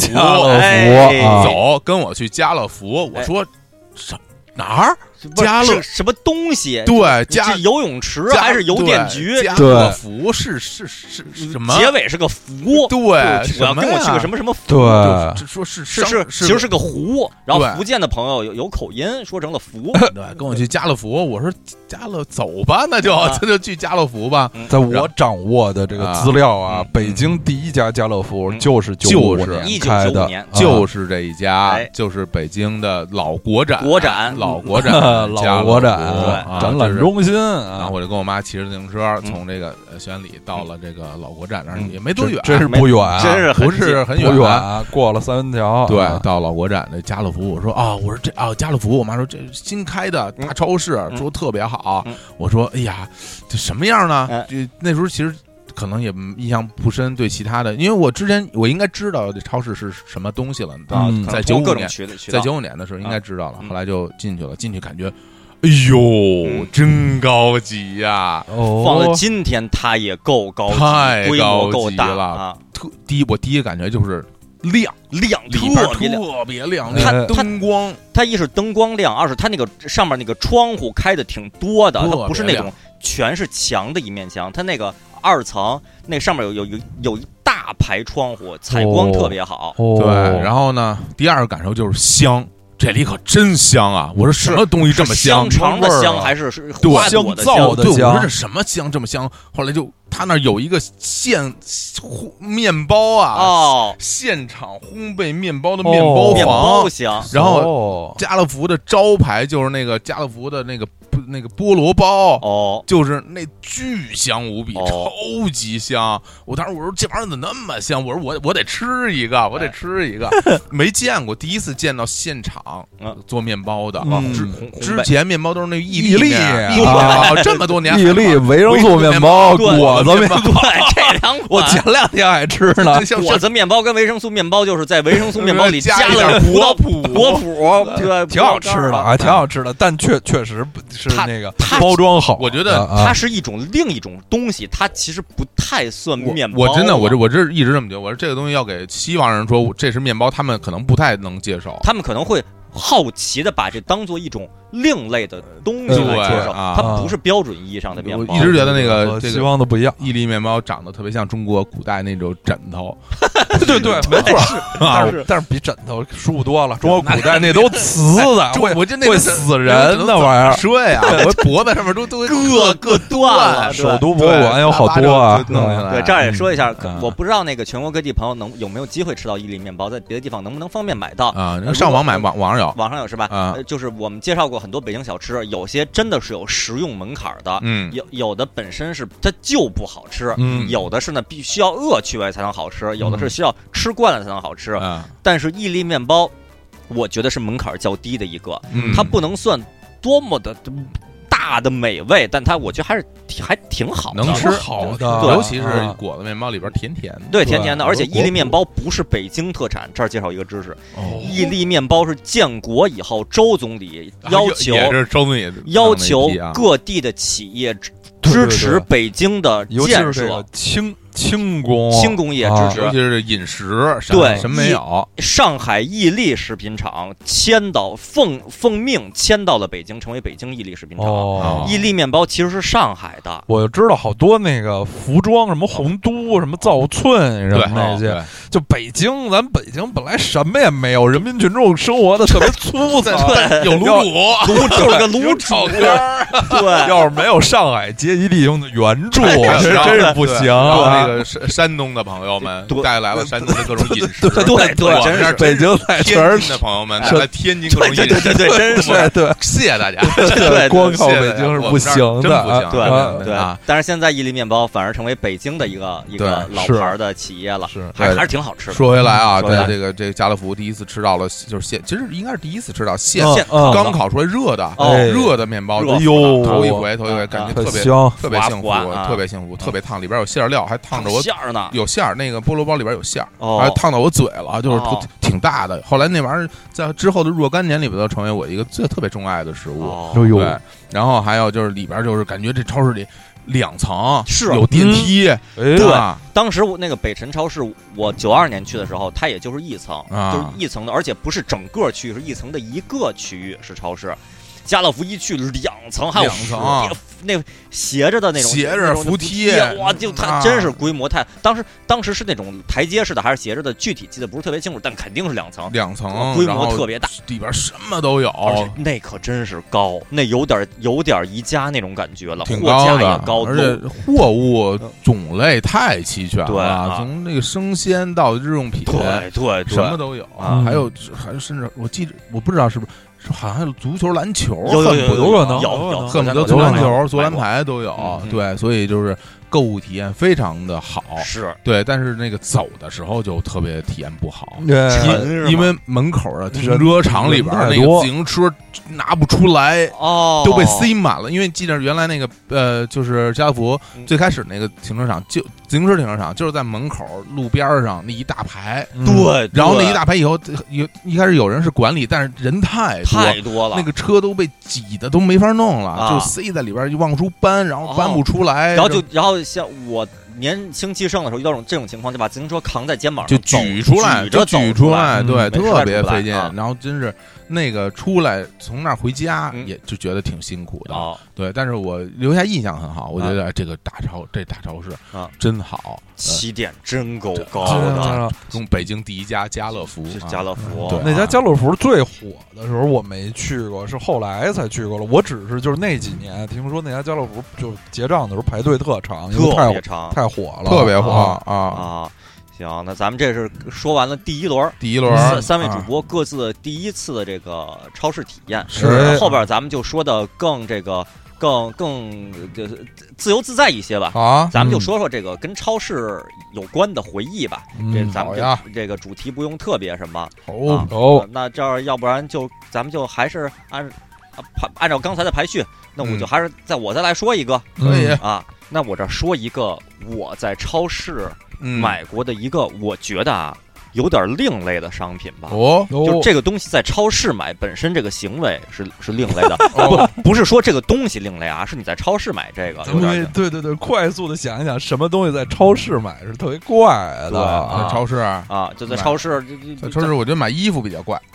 走，跟我去家乐福。我说哪儿？家乐什么东西？ 对， 是游泳池还是邮电局？ 家乐福是什么？ 结尾是个福。 对， 我要跟我去个什么福？ 对，说是，其实是个湖。然后福建的朋友有口音，说成了福。 对，跟我去家乐福。我说家乐走吧，那就去家乐福吧。 在我掌握的这个资料啊，北京第一家家乐福就是1995年开的， 就是这一家，就是北京的老国展。老国展展览中心。 然后我就跟我妈骑着自行车从这个学院里到了这个老国展那儿，也没多远， 真是不远， 真是不是很远， 过了三元桥。 对，到老国展的家乐福，我说家乐福，我妈说这新开的大超市，说特别好。我说哎呀，这什么样呢？那时候其实可能也印象不深，对其他的，因为我之前我应该知道这超市是什么东西了。在95年的时候应该知道了，后来就进去了，进去感觉。哎呦，真高级呀！ 放到今天，它也够高级， 太高级了啊！ 我第一感觉就是亮，特别亮。它灯光， 它一是灯光亮，二是它那个上面那个窗户开的挺多的，它不是那种全是墙的一面墙，它那个2层那上面有一大排窗户，采光特别好。 对，然后呢，第二个感受就是香。这里可真香啊！我说什么东西这么香？ 香肠的香还是花朵的香？ 对，我说这什么香这么香？后来就他那有一个面包啊，现场烘焙面包的面包房， 香。 然后家乐福的招牌就是那个家乐福的那个菠萝包，就是那巨香无比，超级香。我当时我说这玩意儿怎么那么香？我说我得吃一个，没见过，第一次见到现场做面包的。之前面包都是那伊利这么多年， 伊利维生素面包、果子面包， 这2款我前2天还吃呢。 果子面包跟维生素面包就是在维生素面包里加了果脯，对， 挺好吃的，还挺好吃的，但确实是那个包装好。 我觉得它是另一种东西，它其实不太算面包。 我真的我这一直这么觉得，我说这个东西要给西方人说这是面包，他们可能不太能接受， 他们可能会好奇的把这当做一种另类的东西来接受，它不是标准意义上的面包。 我一直觉得那个西方的不一样， 伊犁面包长得特别像中国古代那种枕头。 对对，没错。但是比枕头舒服多了。中国古代那都瓷的， 我就那会死人那玩意儿。 睡啊，我脖子上面都各断了。 首都博物馆有好多啊。 对，这儿也说一下，我不知道那个全国各地朋友有没有机会吃到伊犁面包，在别的地方能不能方便买到啊？上网买，网上有， 网上有是吧？就是我们介绍过很多北京小吃，有些真的是有食用门槛的，有的本身是它就不好吃，有的是呢必须要恶趣味才能好吃，有的是需要吃惯了才能好吃。但是伊犁面包，我觉得是门槛较低的一个，它不能算多么的大的美味，但它我觉得还挺好的， 能吃好的， 尤其是裹子面包里边甜甜的， 对，甜甜的。而且伊犁面包不是北京特产，这儿介绍一个知识，伊犁面包是建国以后周总理要求各地的企业支持北京的建设， 轻工业支持， 尤其是饮食， 对， 什么没有？ 上海伊利食品厂奉命迁到了北京，成为北京伊利食品厂。伊犁面包其实是上海的， 我知道好多那个服装，什么洪都，什么造寸，什么那些。就北京，咱北京本来什么也没有，人民群众生活的特别粗糙， 有卤煮， 就是个卤煮。对， 要是没有上海阶级利用的援助，真是不行。 那个山东的朋友们带来了山东的各种饮食， 对，真是北京在天津的朋友们带来天津各种饮食， 对，真是对， 谢谢大家。 对，光靠北京是不行的， 对。但是现在伊犁面包反而成为北京的一个老牌的企业了，还是挺好吃的。 说回来啊，这个家乐福第一次吃到了，就是其实应该是第一次吃到刚烤出来热的面包，头一回感觉特别香， 特别幸福，特别幸福，特别烫，里边有馅料，还烫着我馅呢， 有馅儿，那个菠萝包里边有馅儿，还烫到我嘴了，就是挺大的。后来那玩意儿在之后的若干年里边都成为我一个特别钟爱的食物。对，然后还有就是里边就是感觉这超市里2层是有电梯， 对。当时那个北辰超市，我92年去的时候，它也就是1层，就是1层的，而且不是整个区域，是1层的一个区域是超市。家乐福一去2层，还有 2层那斜着的那种斜着扶梯， 哇，就它真是规模太。当时是那种台阶式的还是斜着的，具体记得不是特别清楚，但肯定是2层，规模特别大， 里边什么都有， 那可真是高，那有点宜家那种感觉了， 挺高的，也高， 而且货物种类太齐全了，从那个生鲜到日用品， 对， 什么都有，还有甚至我不知道是不是。好像足球、篮球， 有可能， 恨不得足篮球、足篮排都有。对，所以就是购物体验非常的好， 是对。但是那个走的时候就特别体验不好， 因为门口的停车场里边那个自行车拿不出来，都被塞满了。因为记得原来那个就是家乐福最开始那个停车场，就自行车停车场就是在门口路边上那一大排， 对。 然后那一大排以后一开始有人是管理，但是人太多了， 那个车都被挤的都没法弄了，就塞在里边就往出搬，然后搬不出来， 然后像我年轻气盛的时候遇到这种情况，就把自行车扛在肩膀上， 就举出来，对，特别费劲。然后真是那个出来从那儿回家也就觉得挺辛苦的，对。但是我留下印象很好，我觉得这个大超市真好， 起点真够高的， 从北京第一家家乐福， 家乐福那家家乐福最火的时候我没去过，是后来才去过了。我只是就是那几年听说那家家乐福就结账的时候排队特长， 特别长， 太火了， 特别火啊！行，那咱们这是说完了第一轮三位主播各自第一次的这个超市体验， 是后边咱们就说的更自由自在一些吧。咱们就说说这个跟超市有关的回忆吧。这咱们这个主题不用特别什么。那这儿要不然咱们就还是按照刚才的排序，那我就还是我再来说一个， 可以啊。那我这说一个我在超市买过的一个，我觉得有点另类的商品吧。就这个东西在超市买本身这个行为是另类的，不是说这个东西另类啊，是你在超市买这个。 对，快速的想一想，什么东西在超市买是特别怪的？ 在超市就在超市， 在超市我觉得买衣服比较怪。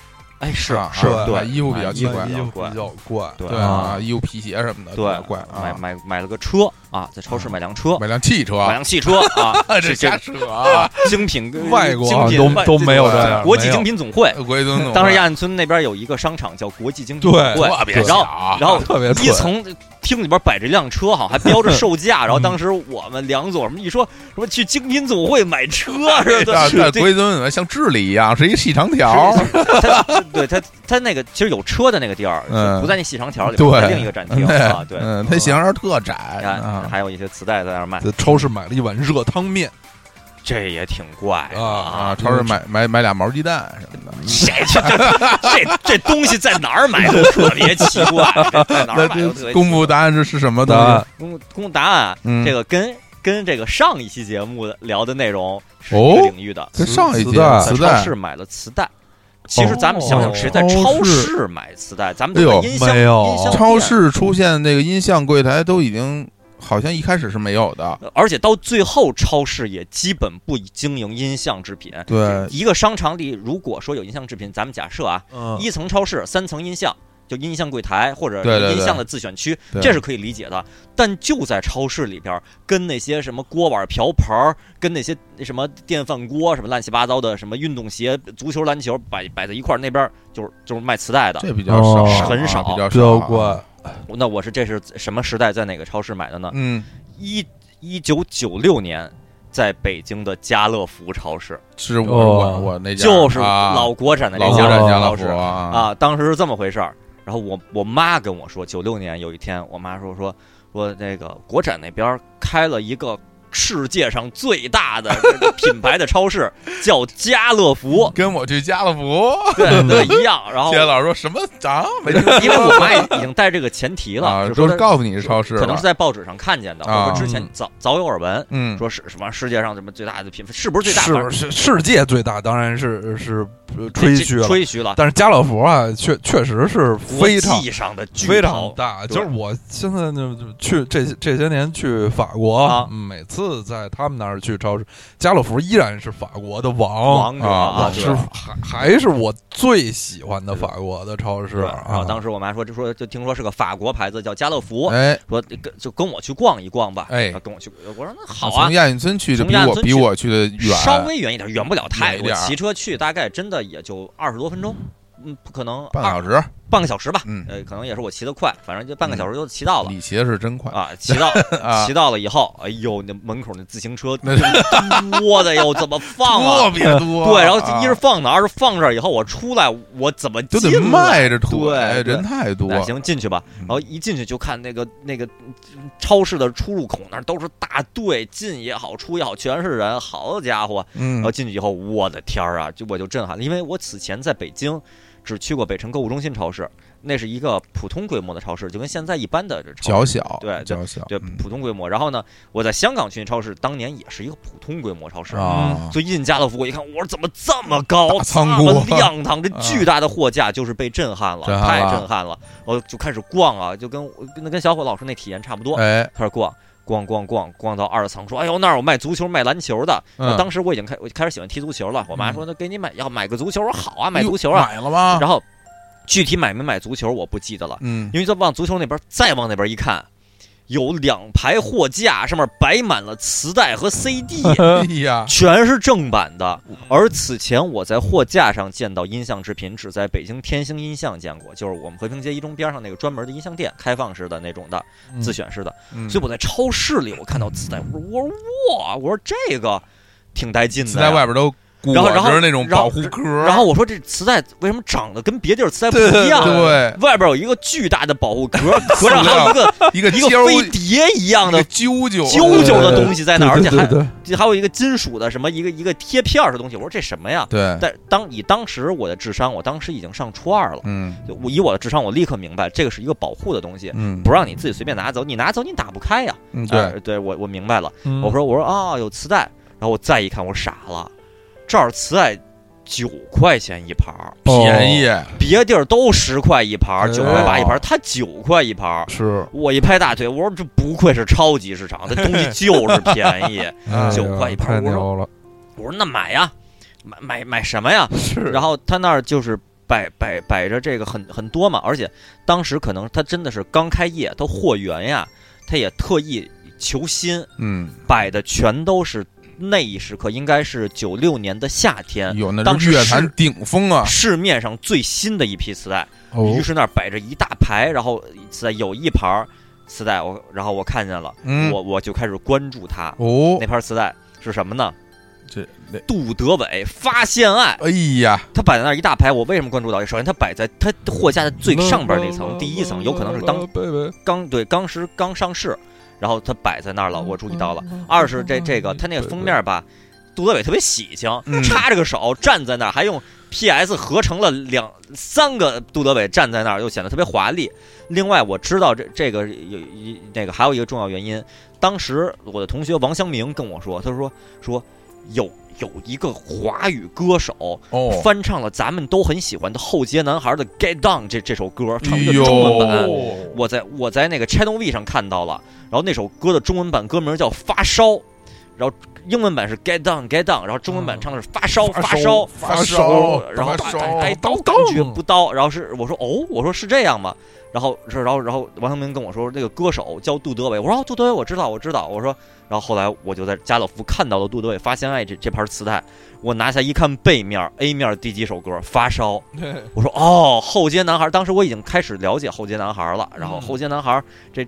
哎，是对，衣服比较奇怪， 衣服比较怪， 对啊，衣服皮鞋什么的， 对， 怪啊。 买了个车啊，在超市买辆车， 买辆汽车啊， 这瞎扯啊！ 精品外国都没有这样， 国际精品总会，当时亚运村那边有一个商场叫国际精品总会，然后特别一层厅里边摆着一辆车，好像还标着售价。然后当时我们梁总一说什么去精品总会买车似的， 国际总会像智利一样是一细长条。 对他那个其实有车的那个地儿，不在那细长条里，在另一个展厅啊。对， 它细长条特窄， 还有一些磁带在那儿卖。 在超市买了一碗热汤面。 这也挺怪啊！超市买俩毛鸡蛋什么的，这东西在哪儿买都特别奇怪。在哪儿买都特别。 公布答案是什么东西？公布答案，这个跟这个上一期节目聊的内容是一个领域的。 跟上一期在超市买了磁带。其实咱们想想，谁在超市买磁带？咱们都在音箱超市出现那个音像柜台都已经。好像一开始是没有的， 而且到最后超市也基本不经营音像制品。 对， 一个商场里如果说有音像制品，咱们假设啊，1层超市3层音像，就音像柜台或者音像的自选区，这是可以理解的。但就在超市里边，跟那些什么锅碗瓢盆，跟那些什么电饭锅，什么乱七八糟的，什么运动鞋、足球、篮球摆在一块儿，那边就是卖磁带的， 这比较少， 很少， 比较少怪。 那这是什么时代在哪个超市买的呢？1996年在北京的家乐福超市， 是我那家， 就是老国产的那家乐福啊。当时是这么回事儿，然后我妈跟我说，96年有一天，我妈说那个国产那边开了一个世界上最大的品牌的超市，叫家乐福， 跟我去家乐福对一样。然后谢老师说什么啊？ 因为我妈已经带这个前提了， 说告诉你是超市， 可能是在报纸上看见的，或者之前早有耳闻，说是什么世界上什么最大的品牌，是不是最大？ 是世界最大，当然是吹嘘了。但是家乐福啊，确实是非常上的非常大。就是我现在就去这些年去法国，每次在他们那儿去超市，家乐福依然是法国的王者是还是我最喜欢的法国的超市啊。 当时我妈说就听说是个法国牌子叫家乐福，说就跟我去逛一逛吧，跟我去。我说那好啊。 从亚运村去的比我去的远， 稍微远一点，远不了太多。骑车去大概真的也就20多分钟，不可能半个小时吧，可能也是我骑得快，反正就半个小时就骑到了。 你骑的是真快啊！骑到了以后，哎呦，那门口那自行车多的哟，怎么放啊？ 特别多。 对，然后一是放哪，二是放这儿以后，我出来我怎么进？ 都得迈着腿，人太多。 行，进去吧。然后一进去就看那个超市的出入口那儿都是大队，进也好，出也好，全是人。好家伙！然后进去以后，我的天儿啊，我就震撼了，因为我此前在北京。只去过北辰购物中心超市，那是一个普通规模的超市，就跟现在一般的较小， 对普通规模。然后呢，我在香港去超市，当年也是一个普通规模超市啊。 所以进家乐福，我一看，我说怎么这么高， 这么亮堂，这巨大的货架，就是被震撼了，太震撼了。我就开始逛啊，就跟小伙老师那体验差不多，开始逛到2层，说哎呦那儿有卖足球卖篮球的。当时我开始喜欢踢足球了，我妈说那给你要买个足球，我说好啊，买足球啊， 买了吗？ 然后具体买没买足球我不记得了，因为再往足球那边再往那边一看，有2排货架，上面摆满了磁带和 CD， 全是正版的。而此前我在货架上见到音像制品，只在北京天星音像见过，就是我们和平街1中边上那个专门的音像店，开放式的那种的，自选式的。所以我在超市里我看到磁带，我说这个挺带劲的， 磁带外边都。 然后那种保护壳， 然后我说这磁带为什么长得跟别地儿磁带不一样？ 对， 外边有一个巨大的保护壳，壳上还有一个飞碟一样的啾的东西在那儿，而且还有一个金属的什么一个贴片的东西。我说这什么呀？ 对， 但当时我的智商，我当时已经上初2了，就以我的智商，我立刻明白这个是一个保护的东西，不让你自己随便拿走，你拿走你打不开呀。对，我明白了。我说啊，有磁带，然后我再一看，我傻了。这儿磁带9块钱一盘， 便宜， 别地儿都10块一盘，9块8一盘，它9块一盘。 是我一拍大腿，我说这不愧是超级市场，这东西就是便宜，9块一盘。 太牛了！ 我说那买呀，买什么呀？然后他那儿就是摆着这个很多嘛，而且当时可能他真的是刚开业，他货源呀，他也特意求新，摆的全都是那一时刻应该是96年的夏天， 有那是乐坛顶峰啊， 市面上最新的一批磁带，于是那儿摆着一大排，然后磁带有一盘磁带，然后我看见了，我就开始关注它。那盘磁带是什么呢？杜德伟发现爱。 哎呀， 他摆在那儿一大排，我为什么关注到？首先，他摆在他货架的最上边那层，第一层有可能是刚上市，然后他摆在那儿了，我注意到了。二是这个他那个封面吧，杜德伟特别喜庆，插着个手站在那儿，还用 PS 合成了3个杜德伟站在那儿，又显得特别华丽。另外，我知道这个还有一个重要原因，当时我的同学王湘明跟我说，他说有一个华语歌手翻唱了咱们都很喜欢的后街男孩的 Get Down 这首歌，唱一个中文版。我在那个 Channel V 上看到了，然后那首歌的中文版歌名叫发烧，然后英文版是 Get Down Get Down， 然后中文版唱的是发烧，然后哎刀感觉不刀，然后我说是这样吗？然后王阳明跟我说这个歌手叫杜德伟，我说杜德伟我知道，我说，然后后来我就在家乐福看到了杜德伟发现爱这盘磁带，我拿下一看背面 A 面第几首歌发烧，我说后街男孩，当时我已经开始了解后街男孩了，然后后街男孩这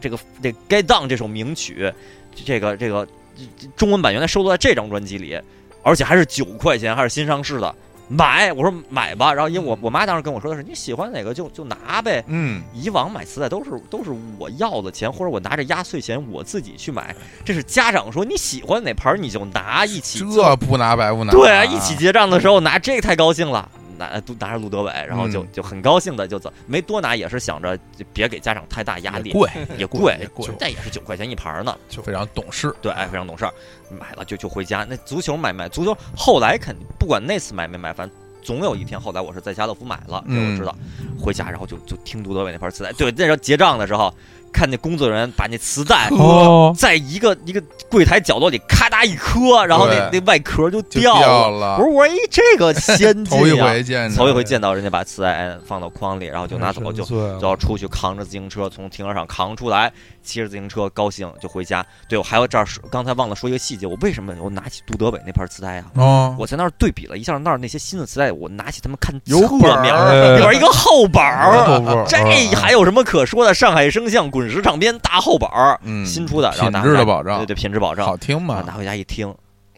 Get Down 这首名曲，这个中文版原来收录在这张专辑里，而且还是9块钱，还是新上市的。我说买吧，然后因为我妈当时跟我说的是你喜欢哪个就拿呗，以往买磁带都是我要的钱，或者我拿着压岁钱我自己去买，这是家长说你喜欢哪盘你就拿，一起这不拿白不拿， 对啊，一起结账的时候拿这个太高兴了。拿着陆德伟，然后就很高兴的就走，没多拿，也是想着别给家长太大压力，也贵，但也是9块钱一盘呢， 就非常懂事， 对，非常懂事，买了就回家。那足球买足球，后来肯定不管那次买没买，反正总有一天，后来我是在家乐福买了，我知道，回家然后就听杜德伟那盘磁带，对，那时候结账的时候。看那工作人员把那磁带在一个柜台角落里咔嗒一磕，然后那外壳就掉了。我说这个先进头一回见到人家把磁带放到筐里，然后就拿走，就要出去扛着自行车从停车场扛出来，骑着自行车高兴就回家。对，我还有这儿刚才忘了说一个细节，我为什么我拿起杜德伟那盘磁带啊？我在那儿对比了一下那儿那些新的磁带，我拿起他们看侧面，里边一个厚本儿，这还有什么可说的？上海声像滚石唱片大厚本儿，新出的，然后品质的保障， 对，品质保障， 好听吗？ 拿回家一听，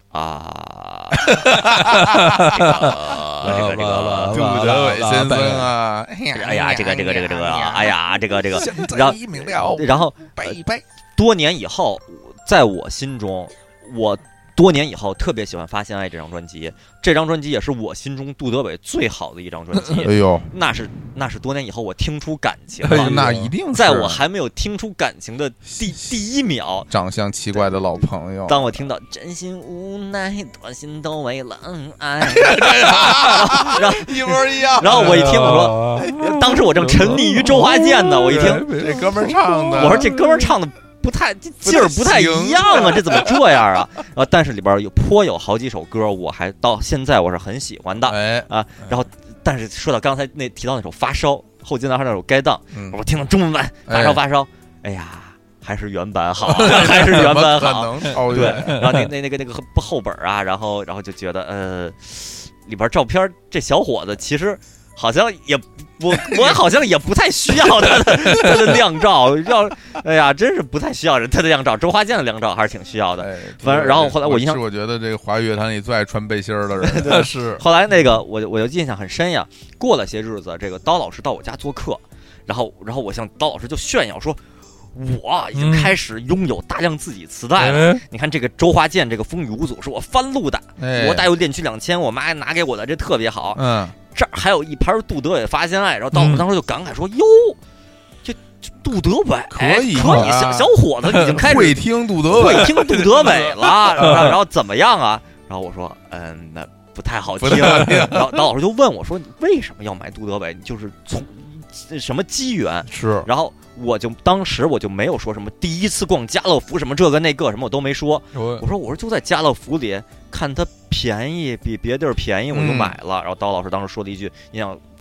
这个杜德伟先生啊， 哎呀，这个，哎呀，这个，然后多年以后，在我心中，我多年以后特别喜欢《发现爱》这张专辑，这张专辑也是我心中杜德伟最好的一张专辑。 哎呦， 那是多年以后我听出感情了， 那一定是在我还没有听出感情的第一秒， 长相奇怪的老朋友， 当我听到真心无奈，多心都为了爱，然后一模一样。 然后我一听，我说，当时我正沉溺于周华健呢，我一听这哥们儿唱的， 我说这哥们儿唱的。不太劲儿不太一样啊，这怎么这样啊？但是里边有好几首歌，我还到现在我是很喜欢的，然后但是说到刚才提到那首发烧，后街男孩那首该当，我听到中文版发烧，哎呀，还是原版好，还是原版好，对，然后那个后本啊，然后就觉得里边照片这小伙子其实好像也。我好像也不太需要他的亮照，哎呀，真是不太需要他的亮照。周华健的亮照还是挺需要的。反正然后后来我印象， 我觉得这个华语乐坛里最爱穿背心的人是。 后来那个我就印象很深呀。过了些日子，这个刀老师到我家做客，然后我向刀老师就炫耀说。我已经开始拥有大量自己磁带了。你看这个周华健这个《风雨无阻》是我翻录的，我带有恋曲2000，我妈拿给我的，这特别好。这儿还有一盘杜德伟发现爱，然后到我当时就感慨说：“哟，这杜德伟可以， 小伙子已经开始会听杜德伟了。”然后怎么样啊？然后我说：“那不太好听。”然后刀老师就问我说：“你为什么要买杜德伟？你就是从什么机缘？” 是， 然后。当时我就没有说什么第一次逛家乐福什么这个那个什么我都没说，我说就在家乐福里看它便宜，比别地儿便宜我就买了。然后刀老师当时说了一句印象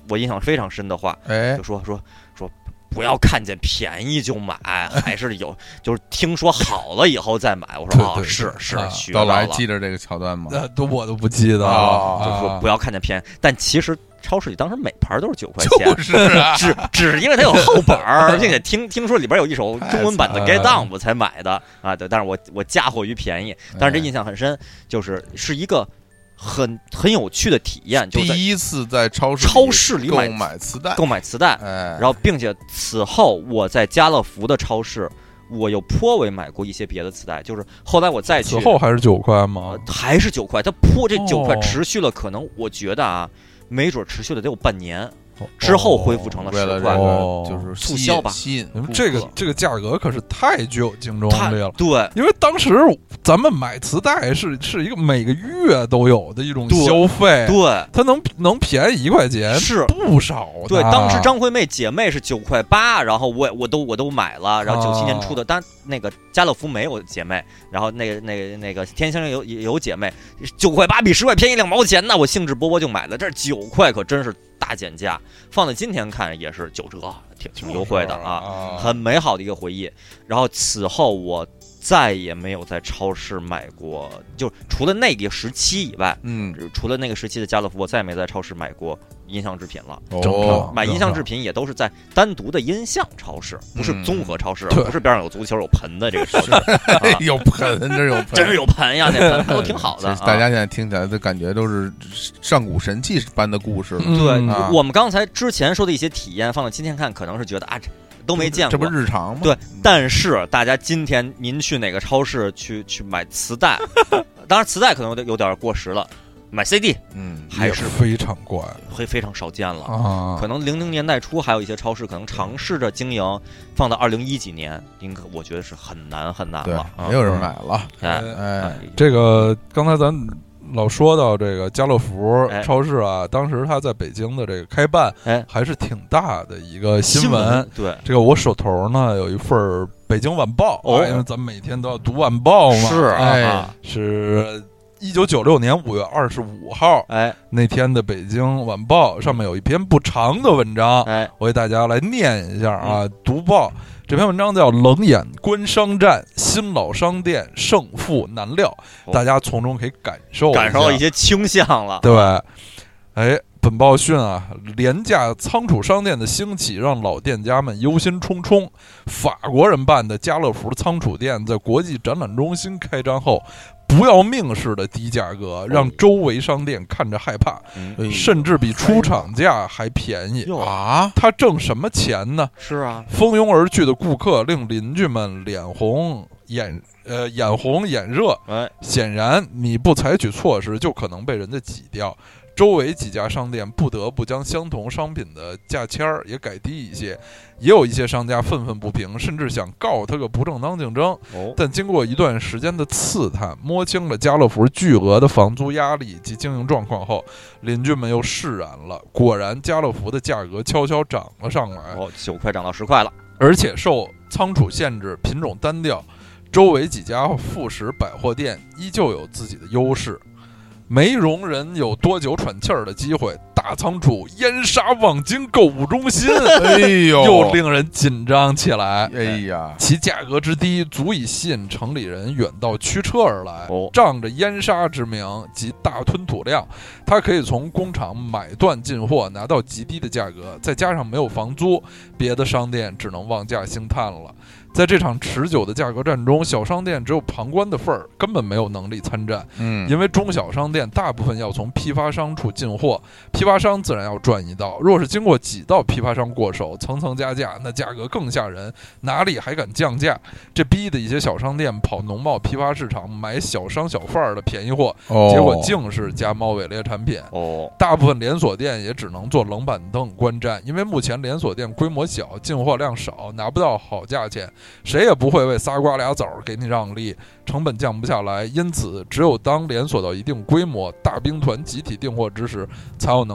我印象非常深的话，就说不要看见便宜就买，还是就是听说好了以后再买。我说是学到了。 还记着这个桥段吗？ 我都不记得了。 就说不要看见便宜，但其实超市里当时每盘都是9块钱，就是啊， 只是因为它有厚本儿，并且听说里边有一首中文版的《Get Down》我才买的啊。对，但是我嫁祸于便宜，但是这印象很深，是一个很有趣的体验，就第一次在超市里购买磁带， 然后并且此后我在家乐福的超市，我又颇为买过一些别的磁带，就是后来我再去， 此后还是9块吗？ 还是9块，它这9块持续了，可能我觉得啊，没准持续了得有半年。之后恢复成了10块， 就是促销吧。 吸引这个价格可是太具有竞争力了。 对， 因为当时咱们买磁带是一个每个月都有的一种消费， 对， 它能便宜1块钱是不少的。 对，当时张惠妹姐妹是9块8，然后我都买了。然后97年出的，当然那个家乐福没有姐妹，然后那个天香有姐妹，9块8比10块便宜2毛钱呢，我兴致勃勃就买了。这9块可真是大减价，放在今天看也是9折，挺优惠的啊，很美好的一个回忆。然后此后我再也没有在超市买过，就除了那个时期以外，除了那个时期的家乐福，我再也没在超市买过音像制品了。买音像制品也都是在单独的音像超市，不是综合超市，不是边上有足球有盆的这个超市。 有盆， 真是有盆呀，那盆都挺好的。 大家现在听起来的感觉都是上古神器般的故事。 对，我们刚才之前说的一些体验，放到今天看，可能是觉得啊，都没见过， 这不日常吗？ 对，但是大家今天您去哪个超市去买磁带，当然磁带可能有点过时了，买 CD，还是非常怪， 会非常少见了啊。可能00年代初还有一些超市可能尝试着经营，放到2010几年，我觉得是很难了， 没有人买了。 这个刚才咱老说到这个家乐福超市啊，当时它在北京的这个开办，还是挺大的一个新闻。 对， 这个我手头呢有一份《北京晚报》，因为咱们每天都要读晚报嘛。是1996年5月25号，那天的《北京晚报》上面有一篇不长的文章，我给大家来念一下啊，读报。这篇文章叫《冷眼观商战，新老商店胜负难料》，大家从中可以感受一些倾向了。 对，本报讯啊，廉价仓储商店的兴起让老店家们忧心忡忡。法国人办的家乐福仓储店在国际展览中心开张后，不要命似的低价格，让周围商店看着害怕，甚至比出厂价还便宜啊！ 他挣什么钱呢？ 是啊， 蜂拥而去的顾客令邻居们眼红眼热。显然你不采取措施，就可能被人家挤掉。周围几家商店不得不将相同商品的价签也改低一些，也有一些商家愤愤不平，甚至想告他个不正当竞争。但经过一段时间的刺探，摸清了家乐福巨额的房租压力及经营状况后，邻居们又释然了。果然，家乐福的价格悄悄涨了上来 ，9块涨到10块了， 而且受仓储限制，品种单调，周围几家副食百货店依旧有自己的优势。没容人有多久喘气儿的机会，大仓储淹杀望京购物中心，又令人紧张起来。其价格之低，足以吸引城里人远道驱车而来。仗着淹杀之名及大吞吐量，它可以从工厂买断进货，拿到极低的价格，再加上没有房租，别的商店只能望价兴叹了。在这场持久的价格战中，小商店只有旁观的份儿，根本没有能力参战。因为中小商店大部分要从批发商处进货，批发商自然要赚一道。若是经过几道批发商过手，层层加价，那价格更吓人，哪里还敢降价？这逼得一些小商店跑农贸批发市场买小商小贩儿的便宜货，结果竟是假冒伪劣产品。大部分连锁店也只能做冷板凳观战，因为目前连锁店规模小，进货量少，拿不到好价钱。谁也不会为仨瓜俩枣给你让利，成本降不下来，因此只有当连锁到一定规模，大兵团集体订货之时，才有能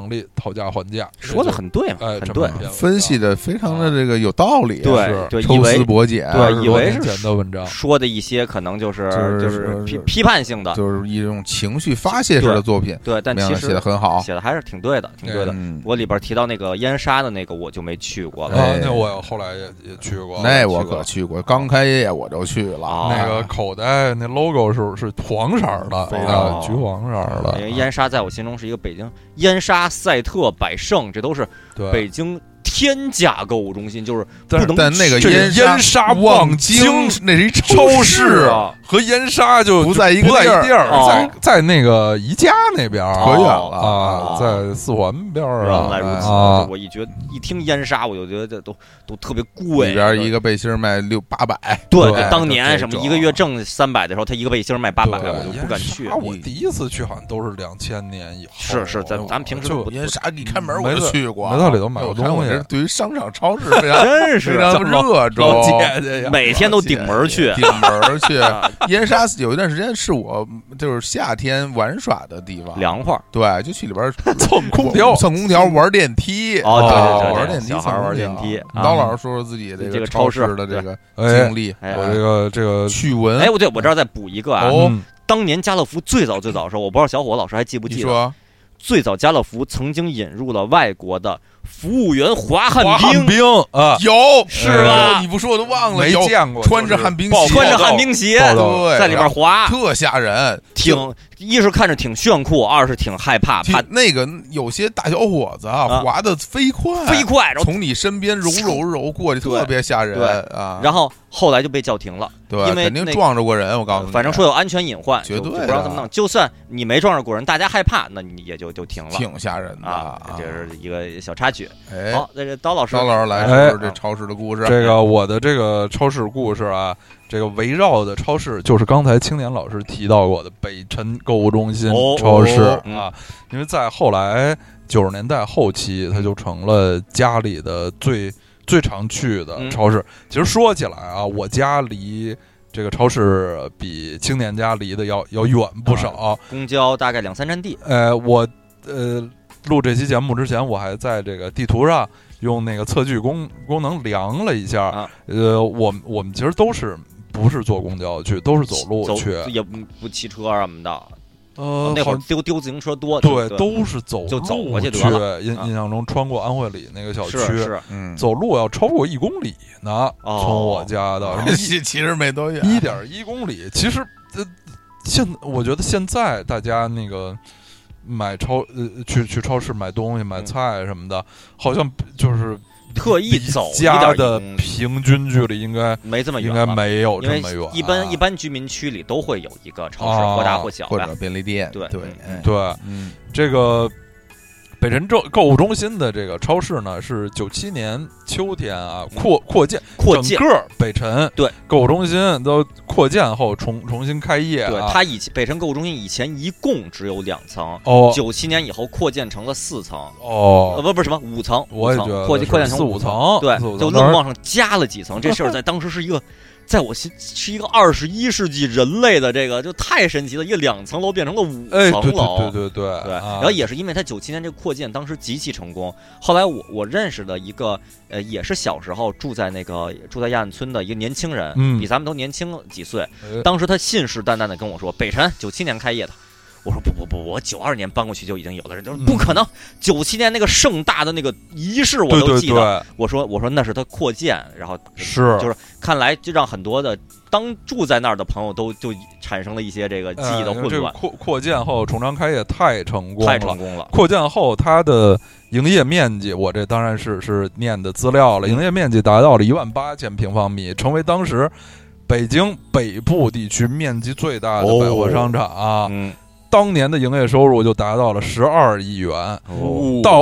能力讨价还价， 说的很对嘛，很对， 分析的非常的这个有道理， 对， 抽丝剥茧， 对，以为是的文章说的一些可能就是批判性的， 就是一种情绪发泄式的作品， 对，但其实写的很好， 写的还是挺对的，挺对的。我里边提到那个燕莎的那个，我就没去过了， 那我后来也去过， 那我可去过，刚开业我就去了， 那个口袋那 logo 是黄色的，橘黄色的。 燕莎在我心中是一个北京燕莎、赛特、百盛，这都是北京天价购物中心，就是不能。 但那个燕莎望京那是一超市啊，和燕莎就不在一个地儿，在那个宜家那边可远了啊，在四环边上。 原来如此，我一听燕莎，我就觉得都特别贵， 里边一个背心卖600-800。 对，当年什么一个月挣300的时候，他一个背心卖800，我就不敢去。 我第一次去好像都是2000年以后。 是，咱们平时燕莎一开门我就去过， 没到里头买过东西。 对于商场超市非常真是非常热衷， 老姐姐呀， 每天都顶门去。 燕莎有一段时间是我就是夏天玩耍的地方， 凉快。 对，就去里边蹭空调， 玩电梯。 对， 玩电梯， 小孩玩电梯。 刀老师说说自己这个超市的这个经历， 我这个趣闻。 哎，我这儿再补一个啊。当年家乐福最早的时候，我不知道小伙老师还记不记得？最早家乐福曾经引入了外国的服务员滑旱冰啊， 有是吧？ 你不说我都忘了， 没见过， 穿着旱冰鞋， 对，在里边滑， 特吓人。 一是看着挺炫酷，二是挺害怕。 那个有些大小伙子滑得飞快，从你身边揉过去，特别吓人啊。 然后后来就被叫停了， 对， 因为肯定撞着过人。我告诉你， 反正说有安全隐患， 绝对不知道怎么弄。就算你没撞着过人，大家害怕，那你也就停了， 挺吓人的啊。这是一个小插曲。 好， 那这刀老师来说说这超市的故事。 这个我的这个超市故事啊，这个围绕的超市就是刚才青年老师提到过的北辰购物中心超市啊，因为在后来90年代后期，它就成了家里的最常去的超市。其实说起来啊，我家离这个超市比青年家离的要远不少， 公交大概2-3站地。 我录这期节目之前，我还在这个地图上用那个测距功能量了一下。我们其实不是坐公交去，都是走路去， 也不骑车什么的。 那会儿丢自行车多， 对，都是走过去得了。 印象中穿过安惠里那个小区， 走路要超过1公里呢。从我家到其实没多远 ，1.1公里。其实我觉得现在大家那个去超市买东西、买菜什么的，好像就是特意走家的平均距离应该没这么远， 应该没有这么远。 一般居民区里都会有一个超市，或大或小， 或者便利店。 对， 这个北辰购物中心的这个超市呢，是97年秋天啊扩建，整个北辰购物中心都扩建后重新开业。 对，它北辰购物中心以前一共只有2层，97年以后扩建成了4层。不是什么5层， 我也觉得扩建成 5层， 对，就愣往上加了几层。这事儿在当时是一个。在我心是一个21世纪人类的这个就太神奇了，一个2层楼变成了5层楼， 对， 然后也是因为它97年这个扩建当时极其成功。后来我认识的一个也是小时候住在亚岸村的一个年轻人，比咱们都年轻几岁。当时他信誓旦旦的跟我说，北辰97年开业的。我说不，我92年搬过去就已经有的人，就是不可能。97年那个盛大的那个仪式我都记得。我说那是他扩建，然后就是看来就让很多的当住在那儿的朋友就产生了一些这个记忆的混乱。 扩建后重张开业太成功了。 扩建后它的营业面积，我这当然是念的资料了，营业面积达到了18000平方米，成为当时北京北部地区面积最大的百货商场。当年的营业收入就达到了12亿元，到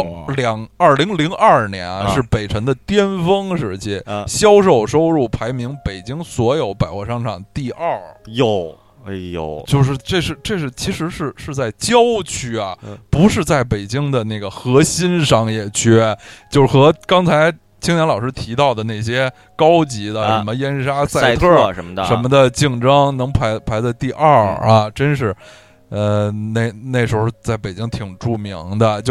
2002年是北辰的巅峰时期，销售收入排名北京所有百货商场第2。 哎呦， 就是这是其实是在郊区啊，不是在北京的那个核心商业区，就是和刚才青年老师提到的那些高级的什么燕莎、赛特什么的竞争能排在第2啊，真是。那时候在北京挺著名的，就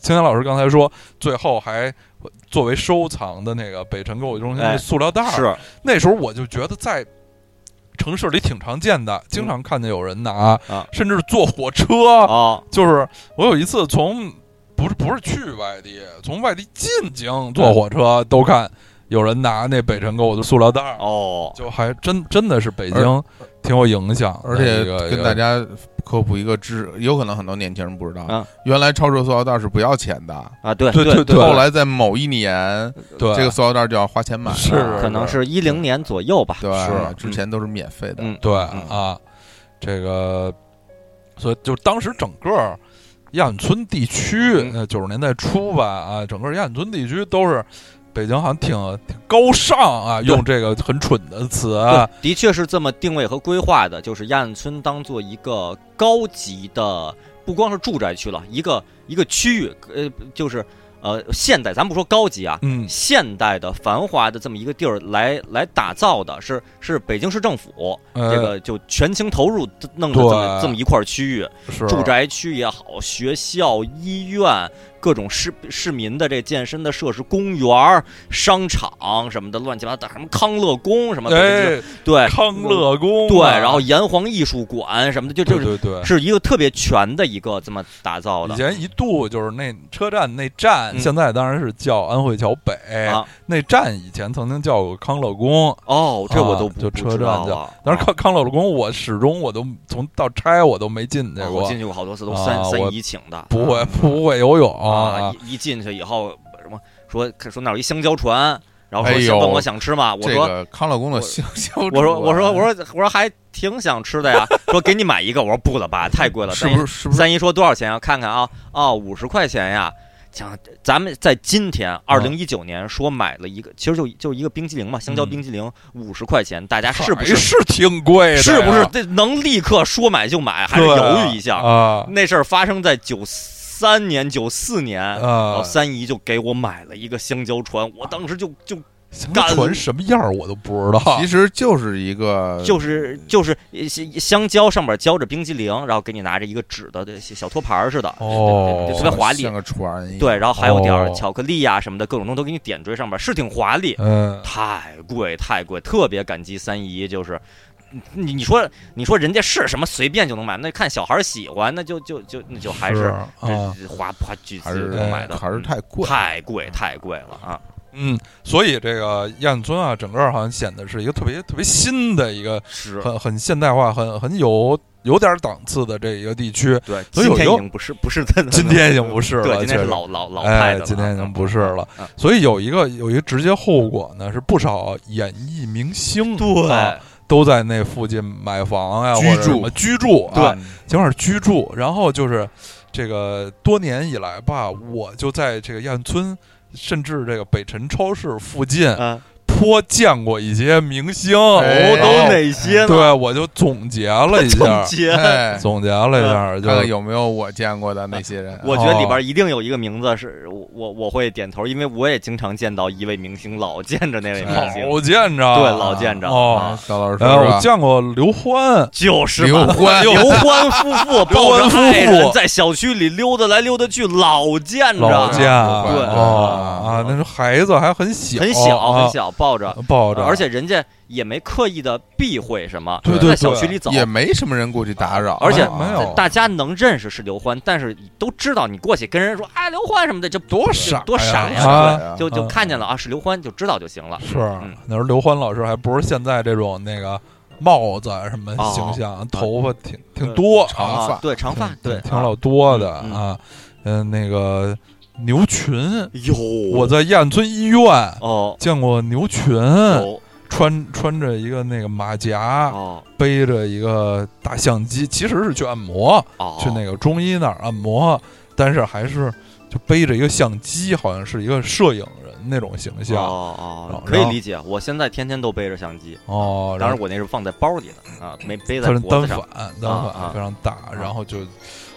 青年老师刚才说，最后还作为收藏的那个北辰购物中心的塑料袋， 是那时候我就觉得在城市里挺常见的，经常看见有人拿，甚至坐火车啊。 就是我有一次从不是去外地，从外地进京坐火车都看有人拿那北辰购物的塑料袋就还真的是北京挺有影响， 而且跟大家科普一个知识，有可能很多年轻人不知道，原来超市塑料袋是不要钱的啊，对， 后来在某一年， 对这个塑料袋就要花钱买， 是可能是10年左右吧， 对， 是之前都是免费的， 对啊，这个，所以就当时整个亚运村地区，90年代初吧，啊，整个亚运村地区都是。北京好像挺高尚啊，用这个很蠢的词的确是这么定位和规划的，就是亚运村当做一个高级的，不光是住宅区了，一个区域，就是现代，咱不说高级啊，现代的繁华的这么一个地儿来打造的，是北京市政府这个就全情投入弄的这么一块区域，住宅区也好，学校、医院。各种市民的这健身的设施，公园、商场什么的，乱七八糟，什么康乐宫什么的，对， 康乐宫， 对，然后炎黄艺术馆什么的，就是一个特别全的一个这么打造的。 以前一度就是那车站那站，现在当然是叫安慧桥北，那站以前曾经叫过康乐宫。 哦，这我都就车站叫，但是康乐宫我始终我都从到拆我都没进去过， 我进去过好多次，都三姨请的， 不会游泳。 一进去以后，什么说那有一香蕉船，然后说问我想吃吗？我说康乐宫的香蕉船， 我说还挺想吃的呀。说给你买一个，我说不了吧，太贵了。 是不是？ 三姨说多少钱啊？看看啊，50块钱呀。讲咱们在今天2019年说买了一个，其实就一个冰激凌嘛，香蕉冰激凌50块钱，大家是不是挺贵的？ 是不是这能立刻说买就买，还是犹豫一下啊？ 那事儿发生在93年、94年，然后三姨就给我买了一个香蕉船，我当时就香蕉船什么样我都不知道， 其实就是一个就是香蕉上面浇着冰激凌，然后给你拿着一个纸的小托盘似的，特别华丽， 像个船一样。 对，然后还有点巧克力呀什么的，各种东西都给你点缀上面，是挺华丽。太贵，特别感激三姨，就是。你说人家是什么随便就能买？那看小孩喜欢，那就还是花巨资买的， 还是太贵了啊！ 所以这个亚运村啊，整个好像显得是一个特别新的一个，很现代化，很有点档次的这一个地区。 对，今天已经不是今天已经不是了， 对，今天是老派的今天已经不是了。所以有一个直接后果呢，是不少演艺明星都在那附近买房呀，居住， 对， 尽管是居住。然后就是这个多年以来吧，我就在这个亚运村，甚至这个北辰超市附近。颇见过一些明星， 都哪些呢？ 对，我就总结了一下，总结了一下， 看看有没有我见过的那些人。 我觉得里边一定有一个名字是我会点头，因为我也经常见到一位明星，老见着那位明星， 老见着， 对，老见着。 高老师， 我见过刘欢， 就是刘欢夫妇抱着爱人在小区里溜达来溜达去，老见着， 对啊， 那时候孩子还很小， 很小，抱着，而且人家也没刻意的避讳什么， 对， 在小区里走， 也没什么人过去打扰， 而且没有， 大家能认识是刘欢，但是都知道你过去跟人说刘欢什么的，这多傻呀，就看见了啊，是刘欢就知道就行了。 是，那时候刘欢老师还不是现在这种那个帽子什么形象，头发挺多， 长发， 对，长发，对， 挺老多的啊，那个。牛群我在亚运村医院见过牛群，穿着一个那个马甲，背着一个大相机，其实是去按摩，去那个中医那儿按摩，但是还是就背着一个相机，好像是一个摄影人那种形象。 可以理解。我现在天天都背着相机当然我那是放在包里的啊，没背在脖子上。 单反非常大，然后就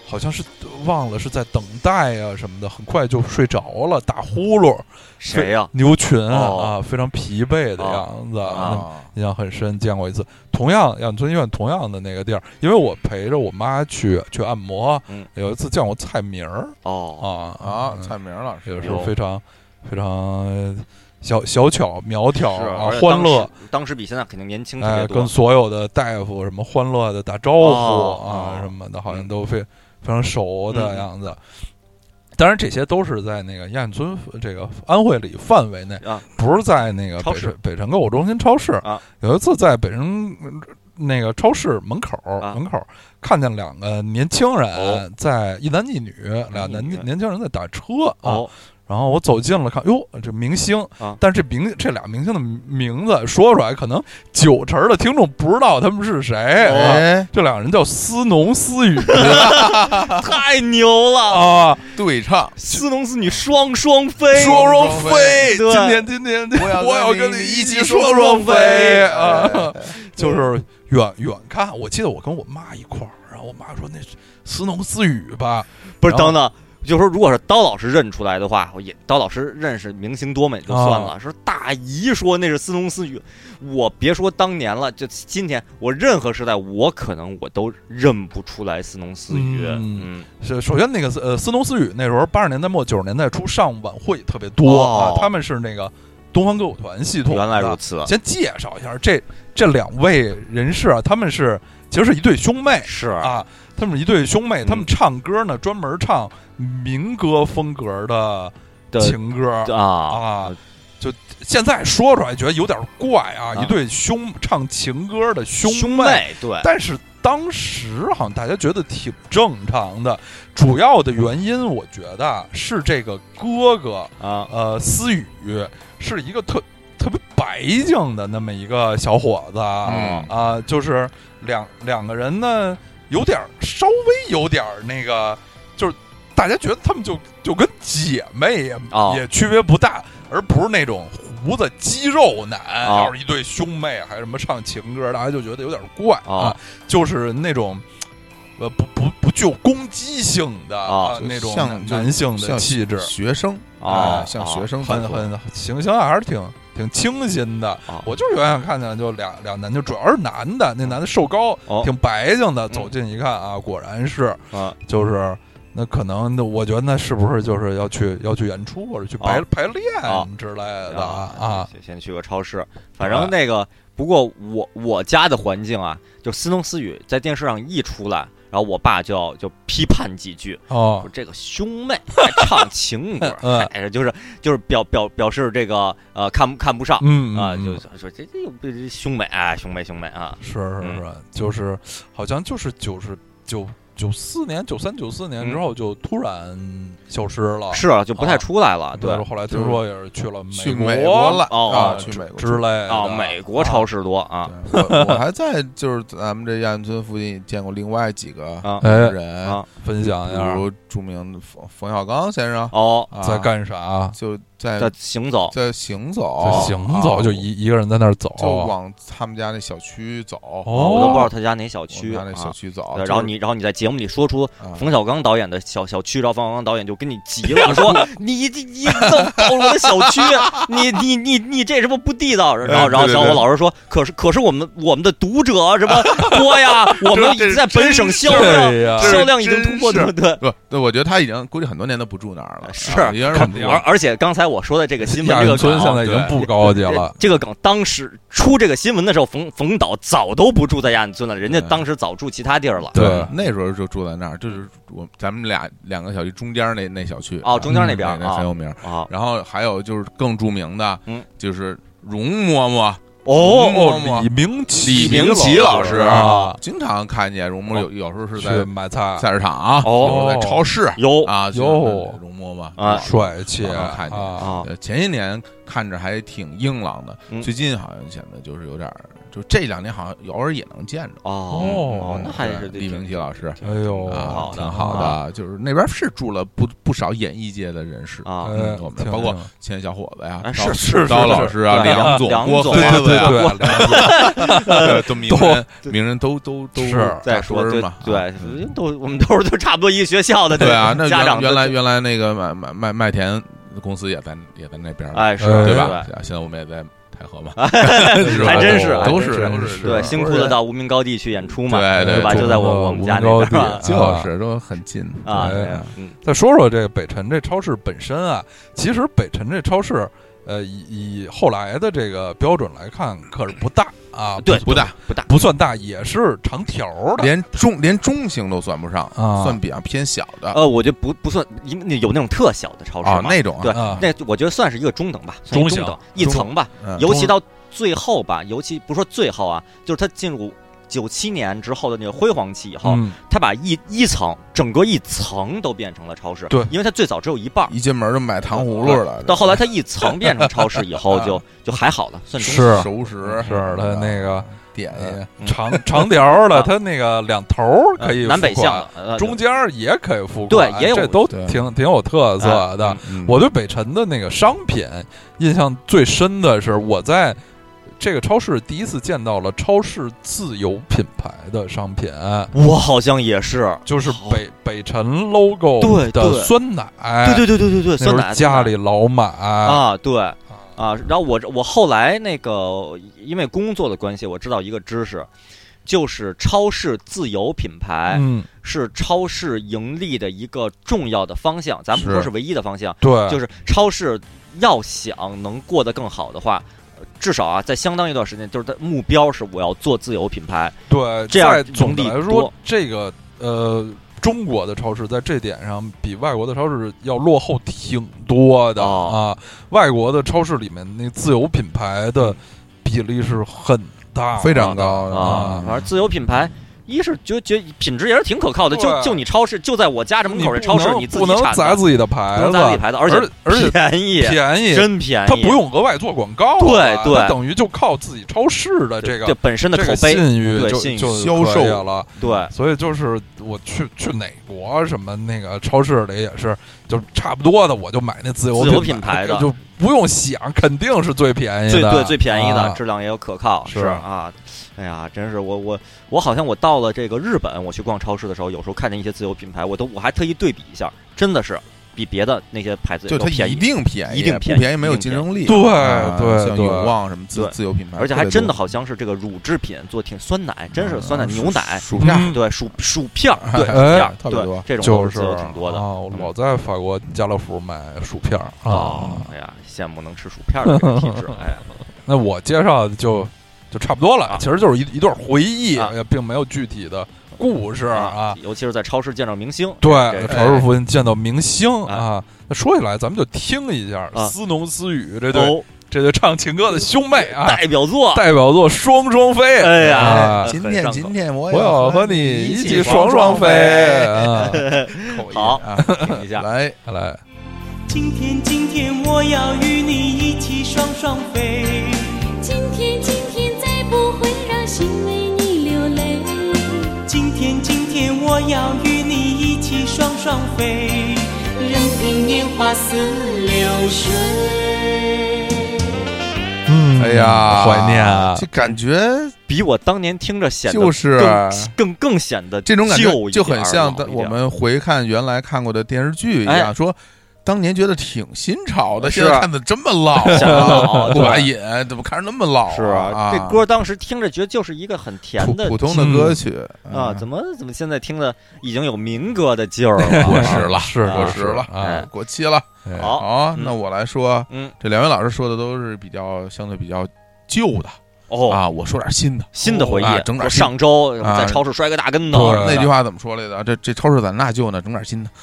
好像是忘了是在等待啊什么的，很快就睡着了，打呼噜。 谁呀？ 牛群啊，非常疲惫的样子，印象很深。见过一次，同样养尊医院同样的那个地儿，因为我陪着我妈去按摩，有一次见过蔡明蔡明老师也是非常非常小巧苗条欢乐， 当时比现在肯定年轻特别多， 跟所有的大夫什么欢乐的打招呼什么的，好像都非常熟的样子。当然，这些都是在那个燕村这个安徽里范围内，不是在那个北辰购物中心超市。有一次在北辰那个超市门口看见两个年轻人在一男一女，俩年轻人在打车然后我走近了看，哟，这明星但是这俩明星的名字说出来，可能90%的听众不知道他们是谁。这两个人叫思农思雨， 太牛了啊！对唱， 思农思女双飞， 双飞。今天我要跟你一起双飞啊！就是远看，我记得我跟我妈一块儿，然后我妈说那是思农思雨吧？ 不是，等等。就是说，如果是刀老师认出来的话，刀老师认识明星多美就算了。说大姨说那是思农思雨，我别说当年了，就今天我任何时代，我可能我都认不出来思农思雨。 是首先那个思农思雨那时候80年代末90年代初上晚会特别多他们是那个东方歌舞团系统。 原来如此。 先介绍一下这两位人士他们是其实是一对兄妹， 是他们一对兄妹，他们唱歌呢专门唱民歌风格的情歌就现在说出来觉得有点怪一对唱情歌的兄妹， 对， 但是当时好像大家觉得挺正常的。主要的原因我觉得是这个哥哥思雨是一个特别白净的那么一个小伙子就是两个人呢稍微有点那个，就是大家觉得他们就跟姐妹也区别不大，而不是那种胡子肌肉男。要是一对兄妹还什么唱情歌，大家就觉得有点怪就是那种不具有攻击性的那种男性的气质， 学生像学生很形象还是挺清新的。我就是远远看见就俩男的，主要是男的，那男的瘦高挺白净的，走近一看果然是就是那可能我觉得那是不是就是要去演出或者去排练之类的先去个超市。反正那个不过我家的环境就思农思雨在电视上一出来，然后我爸就批判几句说这个兄妹还唱情歌就是表示这个看不上就说这有兄妹兄妹是就是好像就是94年93、94年之后就突然消失了， 就不太出来了。对， 后来听说也是去了美国了去美国之类美国超市多我还在就是咱们这亚运村附近见过另外几个人分享一下， 比如著名的冯小刚先生在干啥？ 就在行走， 就一个人在那儿走， 就往他们家那小区走。 我都不知道他家哪小区， 他那小区走。 然后你在节目里说出冯小刚导演的小区，然后冯小刚导演就跟你急了，说你怎到我的小区？你这什么不地道？然后小伙老师说，可是我们的读者什么多呀？我们已经在本省销量已经突破对，我觉得他已经估计很多年都不住那儿了。 是，而且刚才我说的这个新闻，这个梗现在已经不高级了。 这个梗当时出这个新闻的时候，冯导早都不住在亚运村了，人家当时早住其他地儿了。 对，那时候就住在那儿，就是咱们两个小区中间那小区中间那边很有名然后还有就是更著名的，就是容嬷嬷。 李明启老师经常看见容嬷有时候是在买菜菜市场有时候在超市容嬷嬷帅气看见前些年看着还挺硬朗的，最近好像显得就是有点就这2年好像偶尔也能见着。 哦，那还是李明启老师， 哎呦， 挺好的，就是那边是住了不少演艺界的人士啊， 我们包括前小伙子呀， 是刀老师啊，梁总，对，都名人都是在说嘛， 对，我们都差不多一个学校的， 对啊，那家长原来那个麦田公司也在那边， 哎，是对吧？现在我们也在太和嘛， 还真是， 都是对，辛苦的到无名高地去演出嘛， 对吧？就在我们家那边， 就是都很近啊。 再说说这个北辰这超市本身啊，其实北辰这超市，以后来的这个标准来看，可是不大啊， 对， 不大，不算大，也是长条的， 连中型都算不上，算比较偏小的。 我觉得不算，有那种特小的超市啊，那种对，那我觉得算是一个中等吧， 中型一层吧，尤其到最后吧，尤其不说最后啊，就是它进入97年之后的那个辉煌期以后，他把整个一层都变成了超市。 对， 因为他最早只有一半， 一进门就买糖葫芦了。 到后来他一层变成超市以后，就还好了，算是熟食， 是他那个点长条的，它那个两头可以南北向， 中间也可以覆盖。 对，也有， 这都挺有特色的。我对北辰的那个商品印象最深的是我在这个超市第一次见到了超市自有品牌的商品， 我好像也是， 就是北辰 logo 的酸奶， 对，酸奶家里老买啊，对啊。然后我后来那个因为工作的关系，我知道一个知识，就是超市自有品牌是超市盈利的一个重要的方向，咱不说是唯一的方向， 对， 就是超市要想能过得更好的话。至少啊，在相当一段时间，就是目标是我要做自有品牌。 对， 这样总的来说，这个中国的超市在这点上比外国的超市要落后挺多的啊。外国的超市里面那自有品牌的比例是很大， 非常高啊。反正自有品牌。一是觉品质也是挺可靠的，就你超市就在我家这门口这超市，你自己不能砸自己的牌子， 不能砸自己牌子，而且便宜，真便宜， 它不用额外做广告， 对， 它等于就靠自己超市的这个本身的口碑、 信誉就销售了， 对， 所以就是我去哪国什么那个超市里也是，就差不多的，我就买那自有品牌的， 就不用想，肯定是最便宜的， 最便宜的，质量也有可靠，是啊。哎呀，真是我好像我到了这个日本，我去逛超市的时候，有时候看见一些自有品牌，我还特意对比一下，真的是比别的那些牌子就它便宜， 一定便宜，不便宜没有竞争力。 对， 像永旺什么自有品牌， 而且还真的好像是这个乳制品做挺酸奶，真是酸奶牛奶、 薯片， 对薯片，对特别多， 这种就是挺多的。 老在法国家乐福买薯片哎呀，羡慕能吃薯片的这个体质。哎， 那我介绍就差不多了，其实就是一段回忆，也并没有具体的故事啊。 尤其是在超市见到明星， 对，超市附近见到明星啊。那说起来，咱们就听一下思农思雨这对唱情歌的兄妹啊， 代表作 《双双飞》。 哎呀， 今天我要和你一起双双飞。 好，听一下， 来。 今天我要与你一起双双飞。 今天再不会让心为你流泪。 今天我要与你一起双双飞，任凭年华似流水。 哎呀， 怀念啊！ 这感觉比我当年听着显得就是更显得这种感觉就很像我们回看原来看过的电视剧一样，说。当年觉得挺新潮的，现在看的这么老，不把瘾，怎么看着那么老？ 是啊，这歌当时听着觉得就是一个很甜的普通的歌曲啊，怎么现在听的已经有民歌的劲儿了？ 过时了， 过时了啊，过期了。好，那我来说，这两位老师说的都是相对比较旧的。我说点新的回忆， 整点上周在超市摔个大跟头， 那句话怎么说来的？这超市咋那旧呢？整点新的。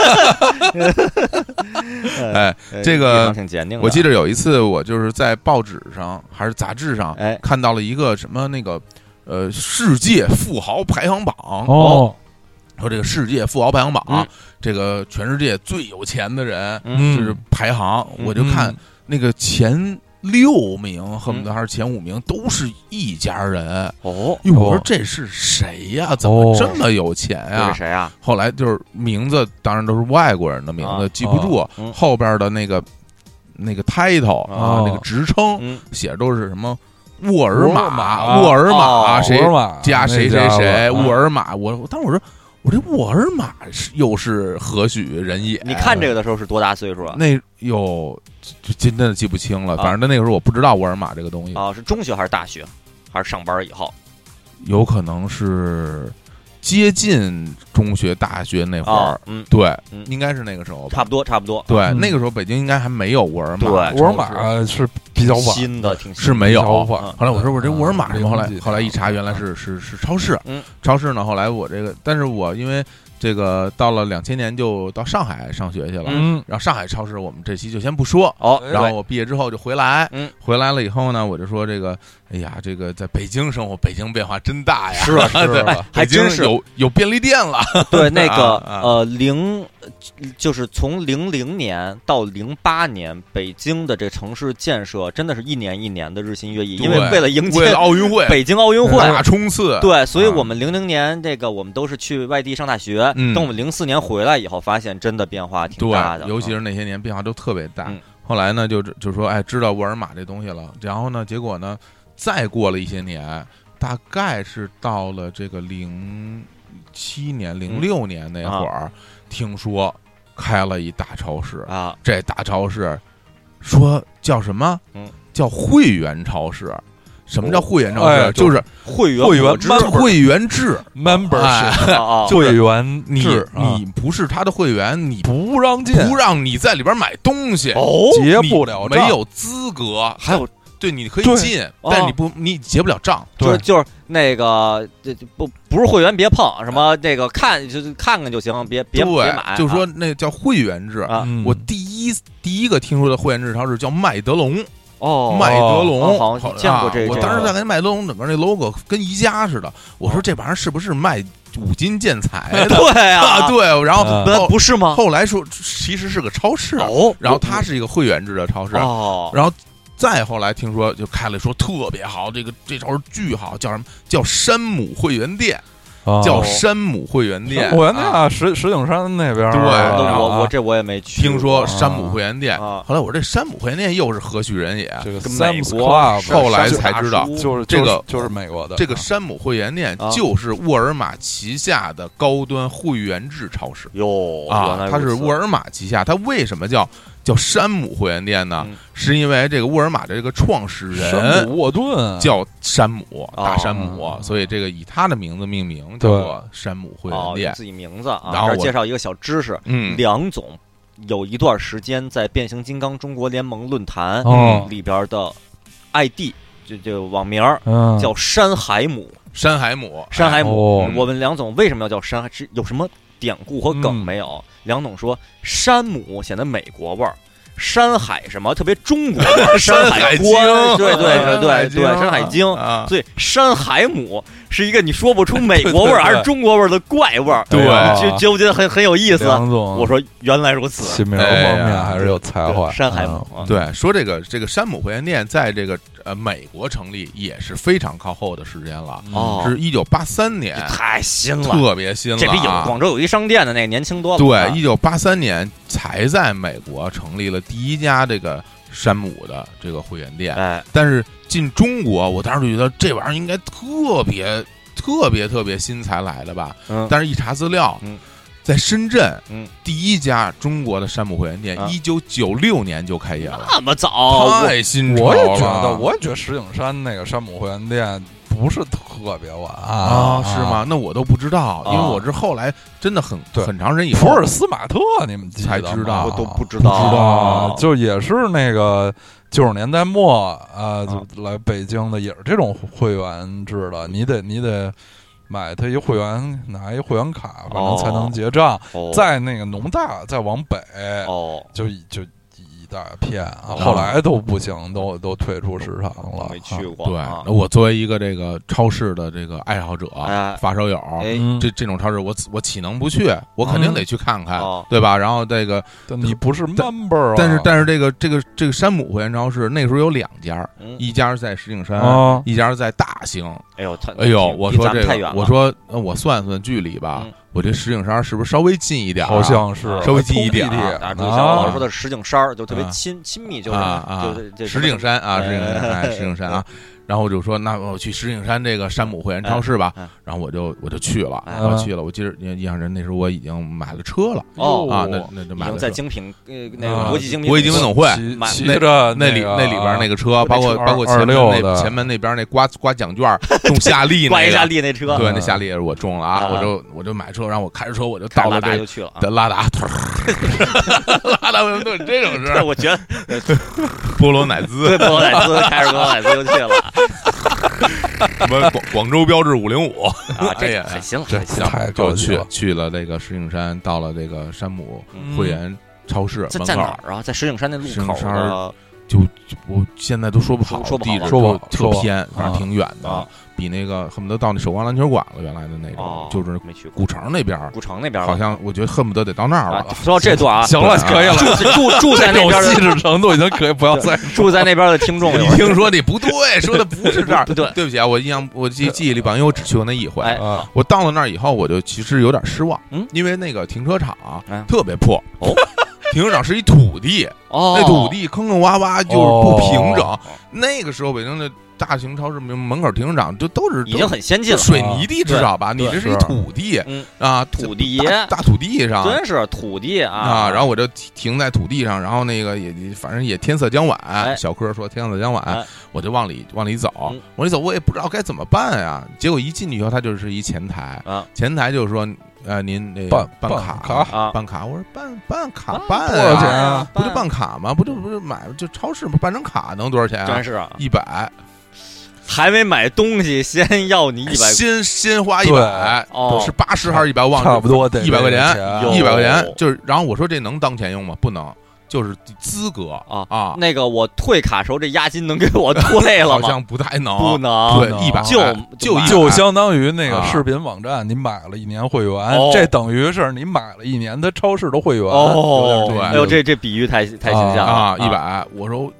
哎，这个我记得有一次，我就是在报纸上还是杂志上，看到了一个什么那个世界富豪排行榜说这个世界富豪排行榜，这个全世界最有钱的人就是排行，我就看那个前 6名，恨不得还是前5名都是一家人哦。 我说这是谁呀？怎么这么有钱呀？ 这是谁呀？ 后来就是名字，当然都是外国人的名字，记不住后边的那个 title 啊，那个职称写的都是什么沃尔玛谁加谁谁谁沃尔玛。当时我说这沃尔玛又是何许人也？ 你看这个的时候是多大岁数啊？ 那就真的记不清了，反正那个时候我不知道沃尔玛这个东西啊，是中学还是大学，还是上班以后？ 有可能是接近中学、大学那会儿，对，应该是那个时候吧， 差不多。 对，那个时候北京应该还没有沃尔玛， 对， 沃尔玛是比较晚， 新的， 是没有。 后来我说我这沃尔玛什么？后来一查，原来是超市。超市呢，后来我这个，但是我因为这个到了2000年就到上海上学去了，然后上海超市我们这期就先不说然后我毕业之后就回来，回来了以后呢，我就说这个，哎呀，这个在北京生活，北京变化真大呀， 是吧？ 还真是有便利店了。 对，那个就是从00年到08年，北京的这城市建设真的是一年一年的日新月异，因为为了迎接奥运会， 北京奥运会大冲刺， 对，所以我们00年这个我们都是去外地上大学，等我们04年回来以后，发现真的变化挺大的， 尤其是那些年变化都特别大。后来呢，就说哎，知道沃尔玛这东西了，然后呢，结果呢，再过了一些年，大概是到了这个07年、06年那会儿，听说开了一大超市啊， 这大超市说叫什么？叫会员超市。什么叫会员超市？就是会员制 membership， 会员制。 你不是他的会员，你不让进， 不让你在里边买东西， 结不了账， 没有资格。 还有。 对，你可以进，但你结不了账。 就是那个，不是会员别碰，什么那个看就行，别买。 就是说那叫会员制。我第一个听说的会员制超市叫麦德龙。麦德龙， 好像见过这个。 我当时在那麦德龙整个那 logo 跟宜家似的，我说这玩意儿是不是卖五金建材的？ 对啊， 对。然后不是吗？ 后来说其实是个超市，然后它是一个会员制的超市，然后。再后来听说就开了，说特别好，这超市巨好，叫什么？叫山姆会员店，叫山姆会员店。 会员店啊，石景山那边。 对， 我也没去。 听说山姆会员店，后来我这山姆会员店又是何许人也？ 这个美国， 后来才知道， 就是这个就是美国的这个山姆会员店，就是沃尔玛旗下的高端会员制超市。它是沃尔玛旗下，它为什么叫山姆会员店呢？是因为这个沃尔玛的这个创始人山姆沃顿叫山姆，大山姆，所以这个以他的名字命名，叫做山姆会员店。 自己名字啊。 然后介绍一个小知识，梁总有一段时间在变形金刚中国联盟论坛里边的 ID 就网名叫山海姆。 山海姆， 我问梁总为什么要叫山海，有什么典故和梗没有？梁总说山姆显得美国味儿，山海什么特别中国味儿，山海关，对，山海经，所以山海姆是一个你说不出美国味儿还是中国味儿的怪味儿， 对， 觉不觉得很有意思？我说原来如此， 起名方面还是有才华。 山海姆， 对，说这个山姆会员店在这个美国成立也是非常靠后的时间了，是1983年， 太新了， 特别新了， 这比广州有一商店的那个年轻多了。 对，1983年才在美国成立了第一家这个山姆的这个会员店，但是进中国，我当时就觉得这玩意儿应该特别新才来的吧，但是一查资料，在深圳，第一家中国的山姆会员店，1996年就开业了， 那么早， 太新潮了。 我也觉得石景山那个山姆会员店不是特别晚是吗？那我都不知道，因为我是后来真的很长时间以后， 福尔斯马特你们才知道， 我都不知道， 就也是那个90年代末就来北京的，也是这种会员制的，你得买他一会员，拿一会员卡，反正才能结账。在那个农大再往北，就以大片啊，后来都不行，都退出市场了。 没去过。 对，我作为一个这个超市的这个爱好者、发烧友，这种超市我岂能不去？我肯定得去看看，对吧？然后这个你不是 member 啊？ 但是这个山姆会员超市那时候有2家，一家在石景山，一家在大兴。哎呦，我说这个，我说我算算距离吧。我这石景山是不是稍微近一点？ 好像是稍微近一点。 老师说的石景山就特别亲密，就是石景山啊，石景山啊。然后我就说，那我去石景山这个山姆会员超市吧。然后我就去了，我记得印象人那时候我已经买了车了。那就买了。 在精品那个国际精品总会骑着那里边那个车，包括前面那边那刮奖券中夏利刮夏利那车， 对，那夏利也是我中了啊！我就买车，然后我开着车我就到了这就去了。 拉达，拉达为什么都有这种事？ 我觉得波罗乃兹， 对，波罗乃兹开着波罗乃兹就去了。 什么广州标致505 啊，这也很行， 就去了这个石景山，到了这个山姆会员超市门口。 在哪儿啊？在石景山那路口的。 就我现在都说不好地址，特偏，反正挺远的，比那个恨不得到那首光篮球馆了，原来的那种，就是没去过。 古城那边， 好像我觉得恨不得得到那儿了。 说到这段啊， 行了，可以了， 住在那边细致程度已经可以，不要再住在那边的听众， 你听说你不对，说的不是这儿，对不起啊，我记忆力吧，因为我只去过那一回。我到了那儿以后，我就其实有点失望，因为那个停车场特别破。停车场是一土地，那土地坑坑洼洼，就是不平整。那个时候北京的大型超市门口停车场都是已经很先进了， 水泥地至少吧？你这是一土地啊， 土地大土地上， 真是土地啊！ 然后我就停在土地上，然后那个也反正也天色将晚，小柯说天色将晚，我就往里走，往里走，我也不知道该怎么办呀。结果一进去以后，它就是一前台，前台就是说。您那办卡，办卡，我说办卡办多少钱啊？ 不就办卡吗？不是买就超市办张卡能多少钱啊？ 真是啊 ，100， 还没买东西，先要你100， 先花100，是80还是100？忘了， 差不多得 100块钱，100块钱就是。然后我说这能当钱用吗？不能。就是资格啊！ 那个我退卡时候这押金能给我退了吗？ 好像不太能， 不能。 对，100 就相当于那个视频网站，你买了1年会员，这等于是你买了1年的超市的会员。 对， 哎呦，这比喻太形象啊！100，我说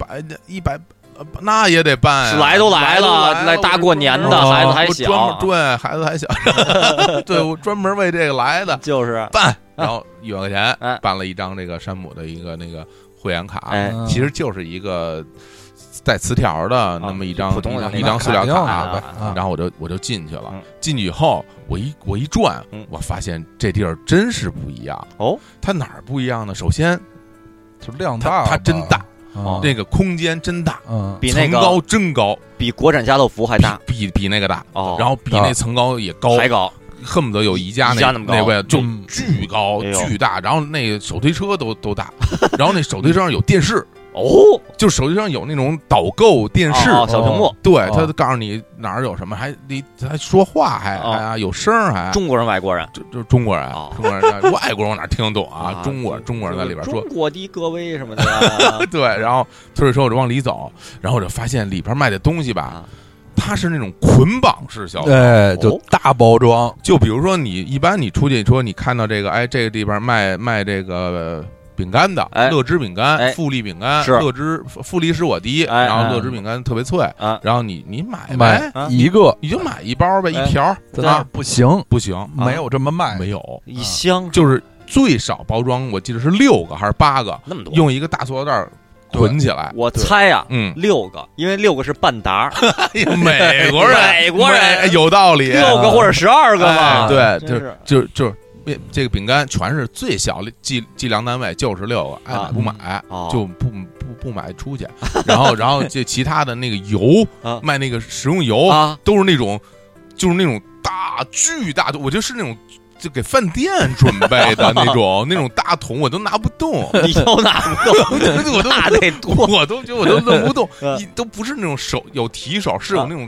100，那也得办， 来都来了，来大过年的，孩子还小， 对，孩子还小，对我专门为这个来的， 就是办。然后100块钱办了一张这个山姆的一个那个会员卡，其实就是一个带磁条的那么一张塑料卡，然后我就进去了。进去以后，我一转，我发现这地儿真是不一样哦。它哪儿不一样呢？首先就量大， 它真大，那个空间真大， 比那个层高真高， 比国产家乐福还大， 比那个大，然后比那层高也高， 还高。 恨不得有宜家那位就巨高巨大，然后那个手推车都大，然后那手推车上有电视就手推车上有那种导购电视小屏幕， 对，他告诉你哪儿有什么，还说话，还有声，还中国人外国人就中国人，中国人外国人我哪听得懂啊？中国人在里边说中国的各位什么的， 对，然后所以说我就往里走，然后我就发现里边卖的东西吧。它是那种捆绑式销售， 对，就大包装。 就比如说一般你出去说你看到这个，这个地方卖这个饼干的，乐之饼干、富力饼干，富力是我的，然后乐之饼干特别脆，然后你买呗， 一个你就买一包呗，一条不行，没有这么卖， 没有一箱， 就是最少包装，我记得是6个还是8个， 那么多， 用一个大塑料袋囤起来， 我猜啊，6个，因为6个是半打， 美国人有道理 ，6个或者12个嘛， 对，就是这个饼干全是最小计量单位就是6个，爱买不买就不买出去，然后这其他的那个油卖那个食用油都是那种就是那种巨大的，我觉得是那种。就给饭店准备的那种大桶，我都拿不动， 你都拿不动， 我都大得多， 我都觉得我都弄不动，都不是那种手有提手，是有那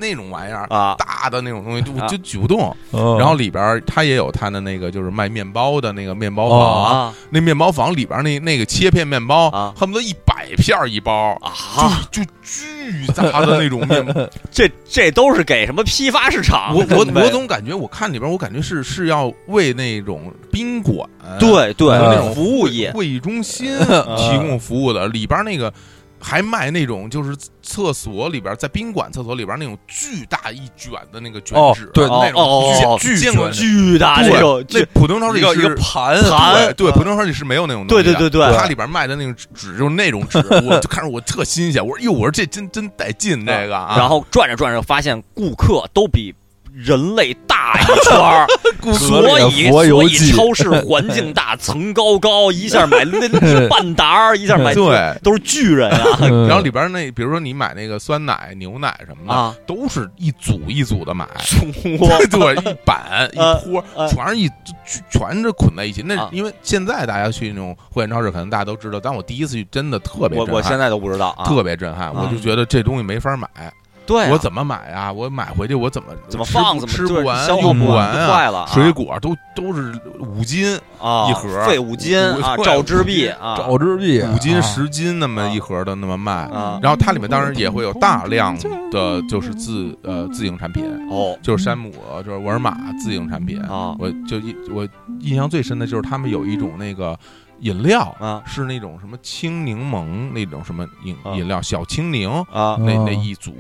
那种玩意儿啊， 大的那种东西我就举不动。然后里边它也有它的那个就是卖面包的那个面包房，那面包房里边那个切片面包，恨不得100片一包啊，就巨大的那种面包。 这都是给什么批发市场？ 我总感觉我看里边，我感觉是要为那种宾馆对那种服务业会议中心提供服务的，里边那个。还卖那种就是厕所里边，在宾馆厕所里边那种巨大一卷的那个卷纸， 对， 那种见过巨大那种， 那普通超市里是一个盘， 对，普通超市里是没有那种东西的。对， 它里边卖的那种纸就是那种纸，我就看着我特新鲜，我说这真带劲这个啊。 然后转着转着发现顾客都比人类大一圈儿，所以超市环境大，层高，一下买半沓，一下买对， 都是巨人啊。 然后里边那，比如说你买那个酸奶、牛奶什么的，都是一组一组的买，对，一板一托，全是捆在一起。那因为现在大家去那种会员超市，可能大家都知道，但我第一次去真的特别震撼， 我现在都不知道， 特别震撼，我就觉得这东西没法买。 对， 我怎么买啊？我买回去我怎么放？ 吃不完， 用不完啊！ 坏了， 水果都是5斤一盒， 费5斤啊，赵之璧 5 斤10斤那么一盒的那么卖。然后它里面当然也会有大量的就是自营产品就是山姆就是沃尔玛自营产品啊。 我印象最深的就是他们有一种那个。饮料是那种什么青柠檬那种什么饮料，小青柠那一组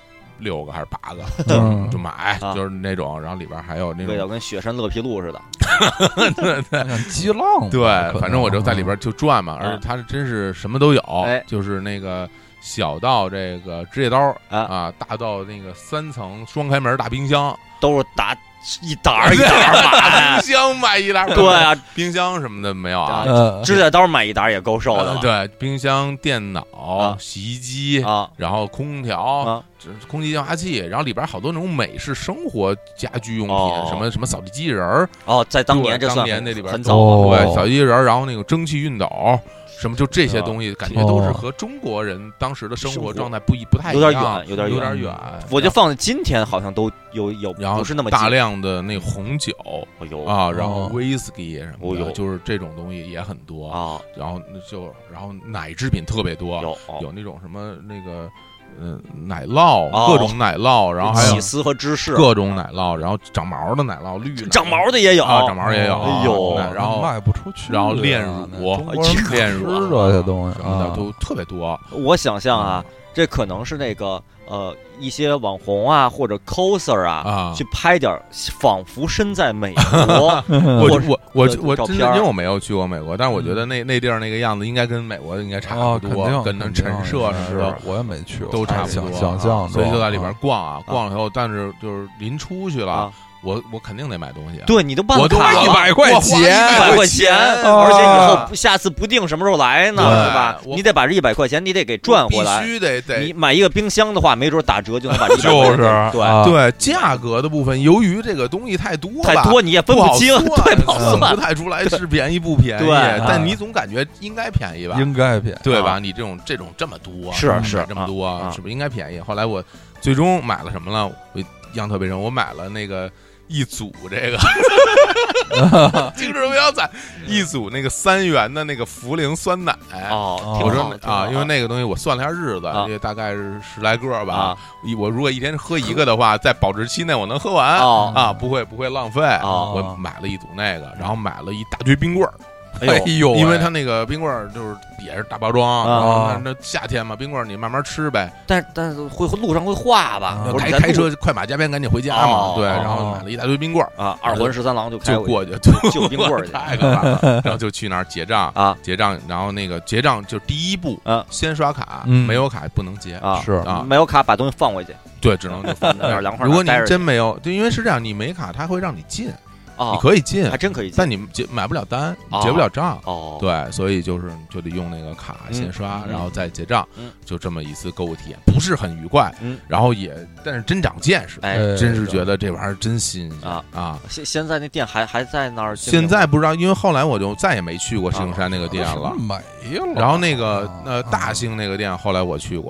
6个还是8个，就买，就是那种，然后里边还有那种味道跟雪山乐皮露似的， 对， 激浪， 对，反正我就在里边就转嘛，而且它真是什么都有，就是那个小到这个指甲刀啊，大到那个3层双开门大冰箱， 都是一沓一沓买， 冰箱买一沓， 对啊， 冰箱什么的没有啊， 指甲刀买一沓也够受的了。 对，冰箱、电脑、洗衣机然后空调、空气净化器，然后里边好多那种美式生活家居用品，什么扫地机器人在当年当年那里边很早， 对，扫地机器人，然后那个蒸汽熨斗。什么就这些东西，感觉都是和中国人当时的生活状态不太一样， 有点远。 我就放在今天好像都有， 然后不是那么大量的那红酒然后威士忌什么的，就是这种东西也很多啊。 然后奶制品特别多，有那种什么那个。奶酪，各种奶酪，然后还有起司和芝士， 各种奶酪，然后长毛的奶酪，绿的长毛的也有长毛也有， 哎呦， 然后卖不出去， 然后炼乳，炼乳这些东西什么的都特别多。 我想象啊，这可能是那个一些网红啊或者 coser 啊去拍点仿佛身在美国。 我真的因为我没有去过美国，但是我觉得那地儿那个样子应该跟美国应该差不多，跟那陈设什么的我也没去过， 都差不多。 想象， 所以就在里边逛了以后，但是就是临出去了。我肯定得买东西， 对，你都办我都 100块钱 ，100块钱，而且以后下次不定什么时候来呢，是吧？你得把这100块钱你得给赚回来， 必须得。 你买一个冰箱的话，没准打折就能把这就是对价格的部分，由于这个东西太多， 你也分不清，对， 分不太出来是便宜不便宜。但你总感觉应该便宜吧？ 应该便宜， 对吧？你这种这么多， 是这么多，是不是应该便宜？后来我最终买了什么了？我印象特别深，我买了那个。一组这个精致比较惨，一组那个3元的那个茯苓酸奶我说因为那个东西我算了一下日子，因为大概是10来个吧。我如果一天喝一个的话，在保质期内我能喝完不会浪费。我买了一组那个，然后买了一大堆冰棍儿。 哎呦， 因为它那个冰棍儿就是也是大包装，然后那夏天嘛，冰棍儿你慢慢吃呗。 但是路上会化吧？ 开车快马加鞭赶紧回家嘛。对，然后买了一大堆冰棍儿 2环13郎就过去就冰棍儿去， 太可怕了。然后就去那儿结账结账，然后那个结账就第一步先刷卡，没有卡不能结是没有卡把东西放回去， 对，只能就放那儿。如果你真没有，就因为是这样，你没卡他会让你进。你可以进， 还真可以进， 但你买不了单，结不了账。对，所以就得用那个卡先刷，然后再结账。就这么一次购物体验，不是很愉快。然后但是真长见识，真是觉得这玩意儿真新鲜啊！ 现在那店还在那儿？ 现在不知道，因为后来我就再也没去过石景山那个店了， 没了。 然后那个大兴那个店，后来我去过。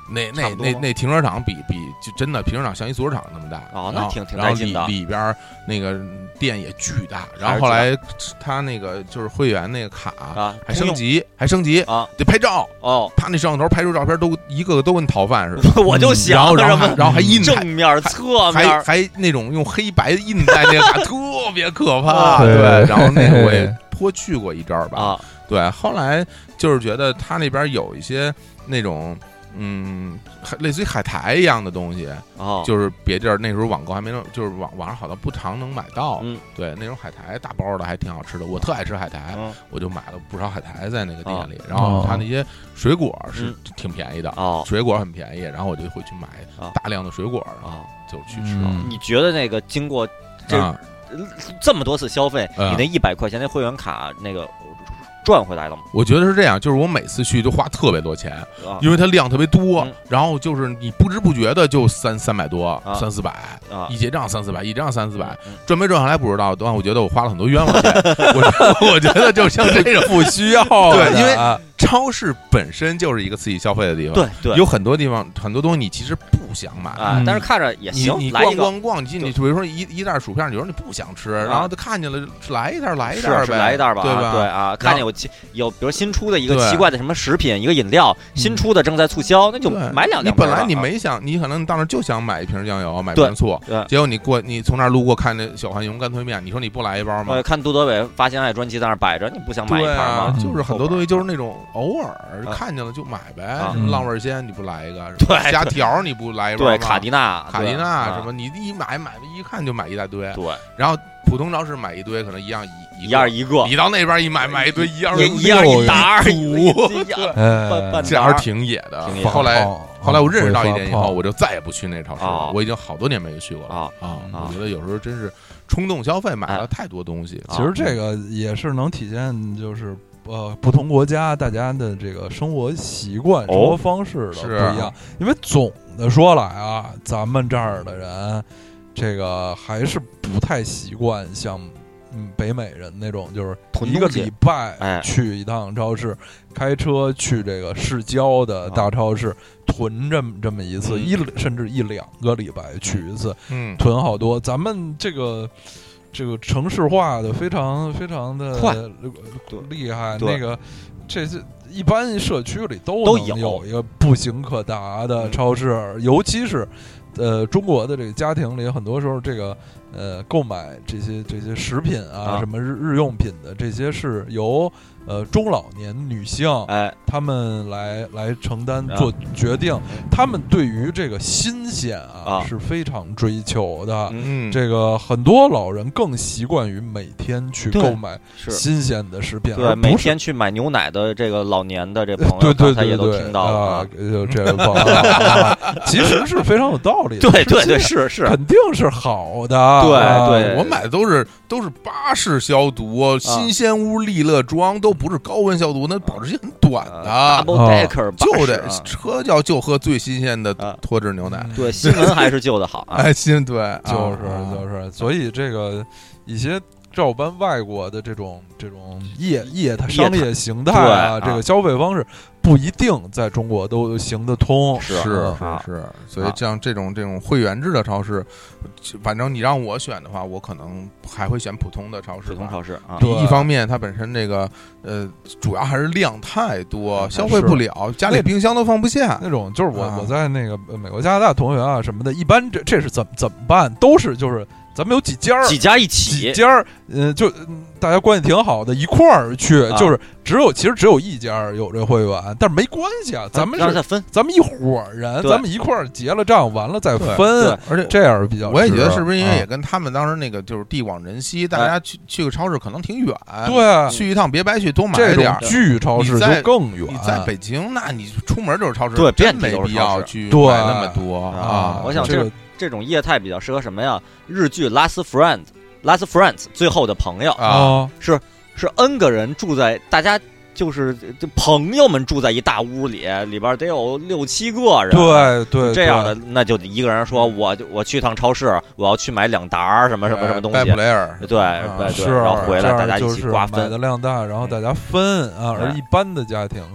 那停车场比就真的停车场像一足球场那么大那挺带劲的。 里边那个店也巨大，然后后来他那个就是会员那个卡还升级啊， 得拍照他那摄像头拍出照片都一个个都跟逃犯似的， 我就想然后还印正面侧面还那种用黑白印在那个卡特别可怕，对，然后那个我也颇去过一阵儿吧，对，后来就是觉得他那边有一些那种类似于海苔一样的东西，就是别地儿那时候网购还没那，就是网上好像不常能买到，对，那种海苔大包的还挺好吃的，我特爱吃海苔，我就买了不少海苔在那个店里，然后他那些水果是挺便宜的，水果很便宜，然后我就会去买大量的水果就去吃。 你觉得那个经过这么多次消费，你那100块钱那会员卡那个赚回来了吗？ 我觉得是这样，就是我每次去就花特别多钱，因为它量特别多，然后就是你不知不觉的就300多，300-400，一结账300-400，一结账300-400，赚没赚下来不知道，但我觉得我花了很多冤枉钱。我觉得就像这种不需要， 对，因为超市本身就是一个刺激消费的地方， 对， 有很多地方很多东西你其实不想买但是看着也行， 你逛，你进去，比如说一袋薯片，有时候你不想吃，然后他看见了来一袋是来一袋吧， 对吧？ 对啊，看见有比如新出的一个奇怪的什么食品，一个饮料新出的正在促销，那就买2瓶。 你本来你没想，你可能到那就想买一瓶酱油，买瓶醋，结果你从那儿路过看那小浣熊干脆面，你说你不来一包吗？ 看杜德伟发现爱专辑在那儿摆着，你不想买一盘吗？ 就是很多东西就是那种偶尔看见了就买呗，什么浪味仙你不来一个， 对， 虾条你不来一包吗？ 对，卡迪娜什么，你一买一看就买一大堆， 对， 然后普通超市买一堆可能一样一个， 你到那边一买一堆一样一打这还是挺野的。后来我认识到一点以后，我就再也不去那超市了。我已经好多年没去过了我觉得有时候真是冲动消费，买了太多东西。 其实这个也是能体现就是不同国家大家的这个生活习惯、生活方式的不一样。因为总的说来啊，咱们这儿的人这个还是不太习惯像北美人那种，就是一个礼拜去一趟超市，开车去这个市郊的大超市囤这么一次，甚至1-2个礼拜去一次，囤好多。咱们这个城市化的非常非常的厉害，那个这些一般社区里都能有一个步行可达的超市，尤其是中国的这个家庭里，很多时候这个购买这些食品什么日用品的这些是由中老年女性他们来承担做决定，他们对于这个新鲜是非常追求的。这个很多老人更习惯于每天去购买新鲜的食品， 对，每天去买牛奶的这个老年的这朋友， 对， 他也都听到了这位朋友其实是非常有道理的， 对，是肯定是好的。 对， 我买的都是巴氏消毒，新鲜屋利乐装都不是高温消毒，那保质期很短的，就得喝就喝最新鲜的脱脂牛奶。 对，新闻还是旧的好啊！ 对， 就是，所以这个一些照搬外国的这种商业形态这个消费方式不一定在中国都行得通。 是，所以像这种会员制的超市，反正你让我选的话，我可能还会选普通的超市。一方面它本身这个主要还是量太多，消费不了，家里冰箱都放不下那种。就是我在那个美国加拿大同学什么的，一般这是怎么办？都是就是咱们有几家一起， 几家就大家关系挺好的，一块儿去，就是其实只有一家有这会员，但是没关系啊，咱们再分， 咱们一伙人，咱们一块儿结了账，完了再分， 而且这样比较。 我也觉得是不是因为也跟他们当时那个就是地广人稀，大家去个超市可能挺远， 对， 去一趟别白去多买点。巨超市就更远， 你在北京，那你出门就是超市， 对， 真没必要去买那么多啊。 我想这种业态比较适合什么呀？日剧《Last Friends》最后的朋友是 N 个人住在大家。就朋友们住在一大屋里边得有6-7个人， 对， 这样的那就一个人说我去趟超市，我要去买2沓什么东西，对，然后回来大家一起瓜分， 买的量大，然后大家分而一般的家庭可能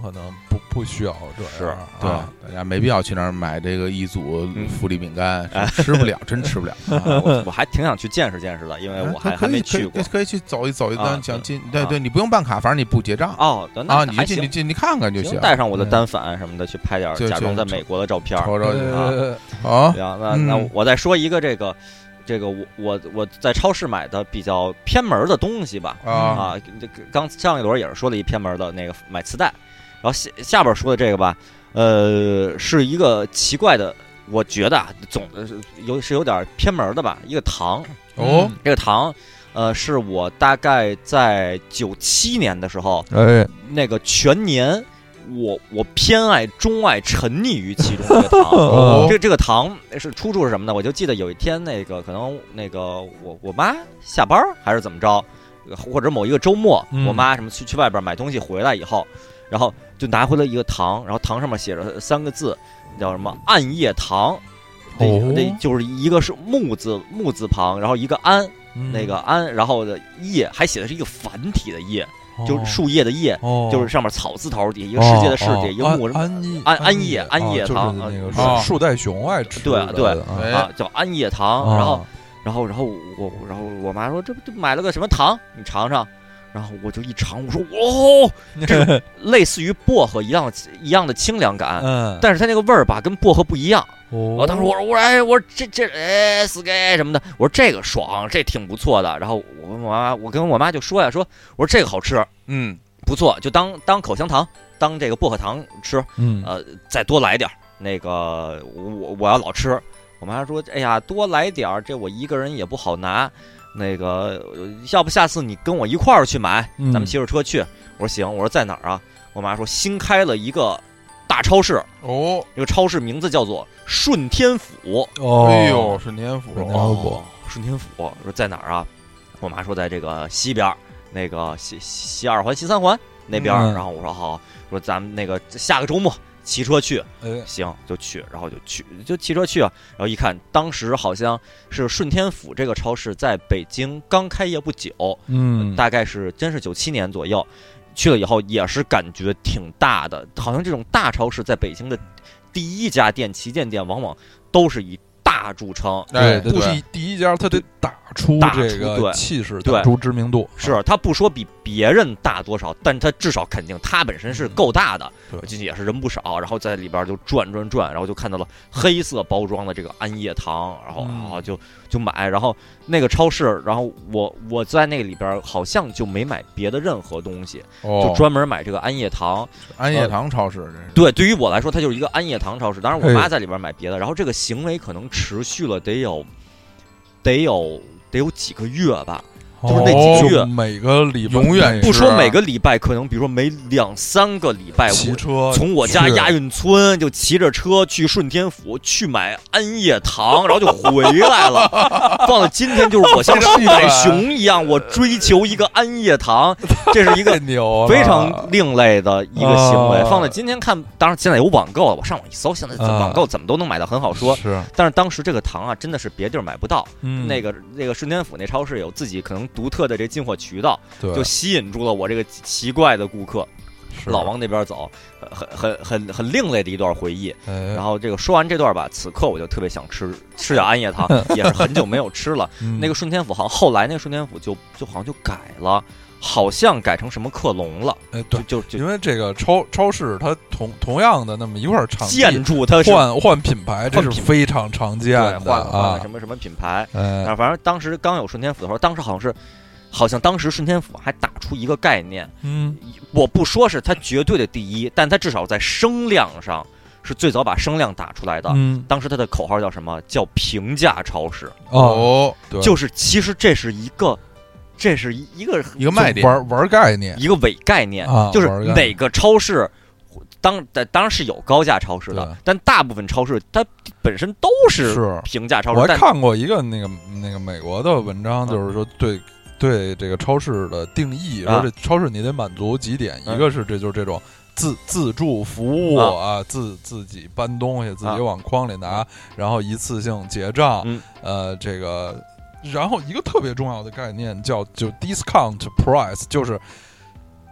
不需要这是对，大家没必要去那儿买这个一组福利饼干，吃不了，真吃不了。 我还挺想去见识见识的，因为我还没去过， 可以去走一单，想进，对，你不用办卡，反正你不结账你进去看看就行， 带上我的单反什么的去拍点假装在美国的照片好， 那我再说一个这个我在超市买的比较偏门的东西吧刚上一轮也是说了一偏门的那个买磁带，然后下边说的这个吧，是一个奇怪的，我觉得是有点偏门的吧，一个糖这个糖是我大概在97年的时候，那个全年。我偏爱钟爱沉溺于其中这个糖，这个糖是出处是什么呢？我就记得有一天可能我妈下班还是怎么着，或者某一个周末，我妈什么去外边买东西回来以后，然后就拿回了一个糖，然后糖上面写着3个字，叫什么暗夜糖，这就是一个是木字旁，然后一个安，那个安，然后的叶还写的是一个繁体的叶。就是树叶的叶，就是上面草字头底一个世界的世界，一个木安叶糖， 那个树袋熊爱吃的， 对叫安叶糖。然后我妈说这买了个什么糖，你尝尝。然后我就一尝，我说这类似于薄荷一样的清凉感，但是它那个味儿吧跟薄荷不一样。我当时我说这死给什么的，我说这个爽，这挺不错的。然后我跟我妈就说我说这个好吃，不错，就当口香糖，当这个薄荷糖吃，再多来点那个我要老吃。我妈说哎呀多来点，这我一个人也不好拿。那个，要不下次你跟我一块儿去买，咱们骑着车去。我说行，我说在哪儿啊？我妈说新开了一个大超市这个超市名字叫做顺天府。 哎呦，顺天府， 顺天府，我说在哪儿啊？我妈说在这个西边，那个西2环、西3环那边。然后我说好，说咱们那个下个周末。骑车去，行就去，然后就骑车去啊。然后一看，当时好像是顺天府这个超市在北京刚开业不久，大概是真是97年左右。去了以后也是感觉挺大的，好像这种大超市在北京的第一家店旗舰店，往往都是以大著称， 不是第一家，他得打出这个气势，打出知名度。 是他不说比别人大多少，但他至少肯定他本身是够大的。进去也是人不少，然后在里边就转，然后就看到了黑色包装的这个安叶糖，然后就买。然后那个超市，然后我在那个里边好像就没买别的任何东西，就专门买这个安叶糖。 安叶糖超市， 对于我来说，它就是一个安叶糖超市。当然，我妈在里边买别的，然后这个行为可能持续了得有几个月吧。就是那几个月， 每个礼拜永远不说每个礼拜，可能比如说每2-3个礼拜， 骑车从我家亚运村就骑着车去顺天府去买安叶糖，然后就回来了。放到今天，就是我像树袋熊一样，我追求一个安叶糖，这是一个非常另类的一个行为。放到今天看，当然现在有网购了，我上网一搜，现在网购怎么都能买到，很好说。但是当时这个糖啊，真的是别地儿买不到。那个顺天府那超市有自己可能独特的这进货渠道，就吸引住了我这个奇怪的顾客，老往那边走，很另类的一段回忆。然后这个说完这段吧，此刻我就特别想吃点安叶糖，也是很久没有吃了。那个顺天府后来那个顺天府就好像就改了。好像改成什么克隆了， 对，就因为这个超市它同样的那么一块场地， 建筑它是换品牌，这是非常常见的换什么品牌。反正当时刚有顺天府的时候，当时好像当时顺天府还打出一个概念，我不说是它绝对的第一，但它至少在声量上是最早把声量打出来的。当时它的口号叫什么？叫平价超市。就是其实这是一个卖点， 玩概念， 一个伪概念，就是每个超市当然是有高价超市的，但大部分超市它本身都是平价超市。 我还看过一个那个美国的文章，就是说对这个超市的定义，说这超市你得满足几点，一个是就是这种自助服务啊，自己搬东西，自己往筐里拿，然后一次性结账，这个。然后一个特别重要的概念就 discount price， 就是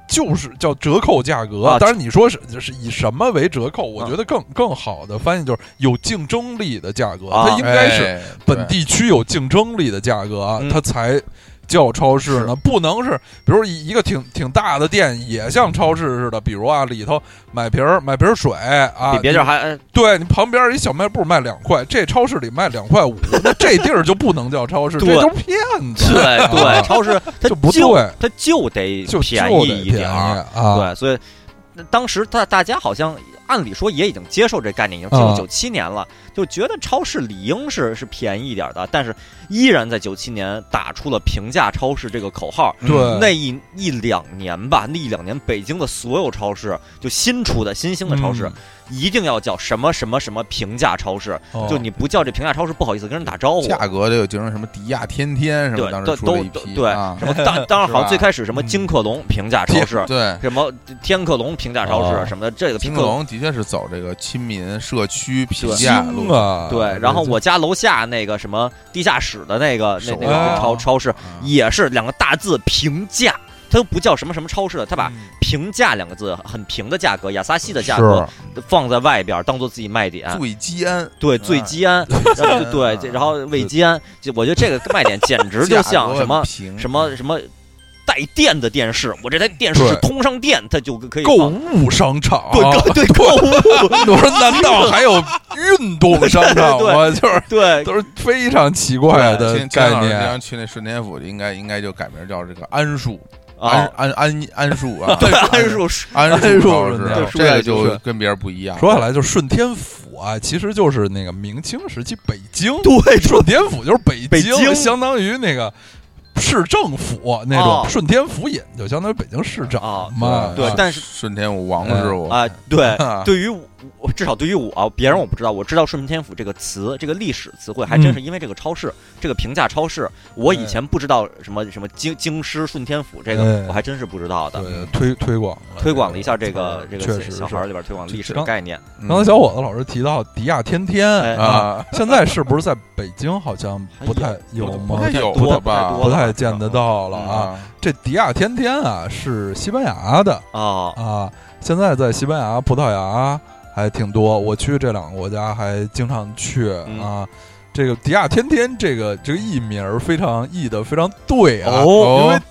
就是叫折扣价格。当然你说是以什么为折扣，我觉得更好的翻译就是有竞争力的价格，它应该是本地区有竞争力的价格，它才叫超市呢，不能是比如一个挺大的店也像超市似的，比如啊里头买瓶水啊， 比别地还对你旁边一小卖部卖2块，这超市里卖2块5，那这地儿就不能叫超市，这就是骗子。 对，超市它就不对， 它就得便宜一点啊。 对，所以当时大家好像按理说也已经接受这概念，已经进入97年了，就觉得超市理应是便宜一点的，但是依然在97年打出了平价超市这个口号。 对， 那一两年吧，那1-2年北京的所有超市，就新兴的超市，一定要叫什么什么什么平价超市，就你不叫这平价超市，不好意思跟人打招呼。 价格得有竞争，什么迪亚天天什么，当时出了一批， 对，什么当然好像最开始什么金客隆平价超市， 对， 什么天客隆平价超市什么的，这个金客隆的确是走这个亲民社区平价路啊。 对，然后我家楼下那个什么地下室的那个超市也是2个大字平价。它都不叫什么什么超市了，它把平价2个字很平的价格，亚萨西的价格放在外边当做自己卖点。 最基安， 对，最基安，对，然后味基安，我觉得这个卖点简直就像什么带电的电视，我这台电视是通上电，它就可以购物商场。 对，购物。 我说难道还有运动商场吗？就是对， 都是非常奇怪的概念。 去那顺天府应该就改名叫这个安树。 安树啊， 对，安树超市，这个就跟别人不一样。 说下来，就顺天府啊，其实就是那个明清时期北京， 对， 顺天府就是北京，相当于那个市政府那种，顺天府尹就相当于北京市长嘛。 对，但是顺天府王师傅啊，对，对于至少对于我，别人我不知道，我知道顺天府这个词，这个历史词汇还真是因为这个超市，这个平价超市，我以前不知道什么京师顺天府这个，我还真是不知道的。 对，推广了一下这个小孩里边推广历史的概念。 刚才小伙子老师提到迪亚天天啊，现在是不是在北京好像不太有吗？不太见得到了啊。这迪亚天天啊是西班牙的啊，现在在西班牙、葡萄牙还挺多，我去这2个国家还经常去啊。这个迪亚天天这个译名非常译的非常对啊，因为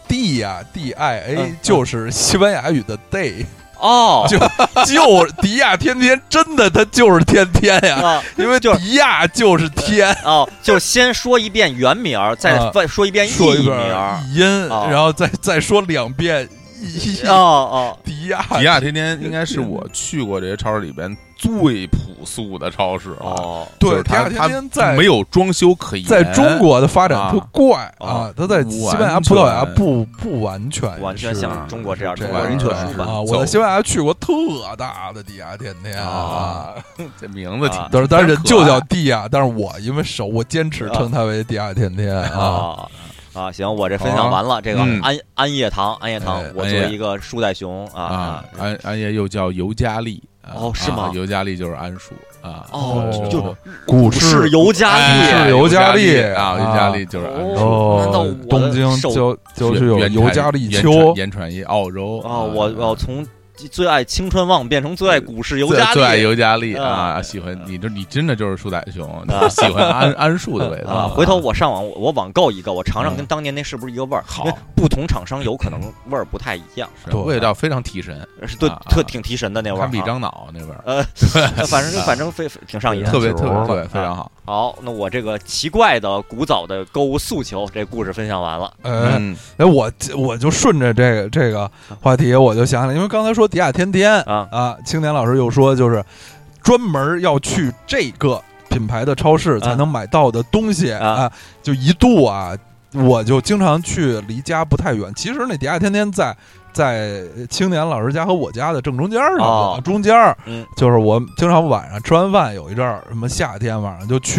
DIA 就是西班牙语的 day。就迪亚天天真的它就是天天呀，因为迪亚就是天就先说一遍原名，再说一遍译音，然后再说2遍迪亚天天应该是我去过这些超市里边最朴素的超市对，迪亚天天在没有装修可言， 在中国的发展特怪啊，它在西班牙、葡萄牙不完全像中国这样完全啊。我在西班牙去过特大的迪亚天天啊， 这名字挺， 但是人就叫迪亚，但是我因为熟，我坚持称它为迪亚天天行，我这分享完了。这个安业堂，我作为一个树袋熊安业又叫尤加利是吗？ 尤加利就是安树就古市尤加利， 尤加利就是安树。 难道东京就是有尤加利丘言传一澳洲我要从最爱青春旺变成最爱股市尤加利， 最爱尤加利喜欢你真的就是树袋熊喜欢桉树的味道回头我上网我网购一个，我尝尝跟当年那是不是一个味儿。好，不同厂商有可能味儿不太一样， 味道非常提神， 对，挺提神的那味儿， 堪比樟脑那味儿。 反正挺上瘾， 特别对，非常好。 好，那我这个奇怪的古早的购物诉求这故事分享完了。 我就顺着这个话题，我就想起来，因为刚才说迪亚天天青年老师又说就是专门要去这个品牌的超市才能买到的东西就一度我就经常去离家不太远。其实那迪亚天天在青年老师家和我家的正中间中间就是我经常晚上吃完饭有一阵儿什么夏天晚上就去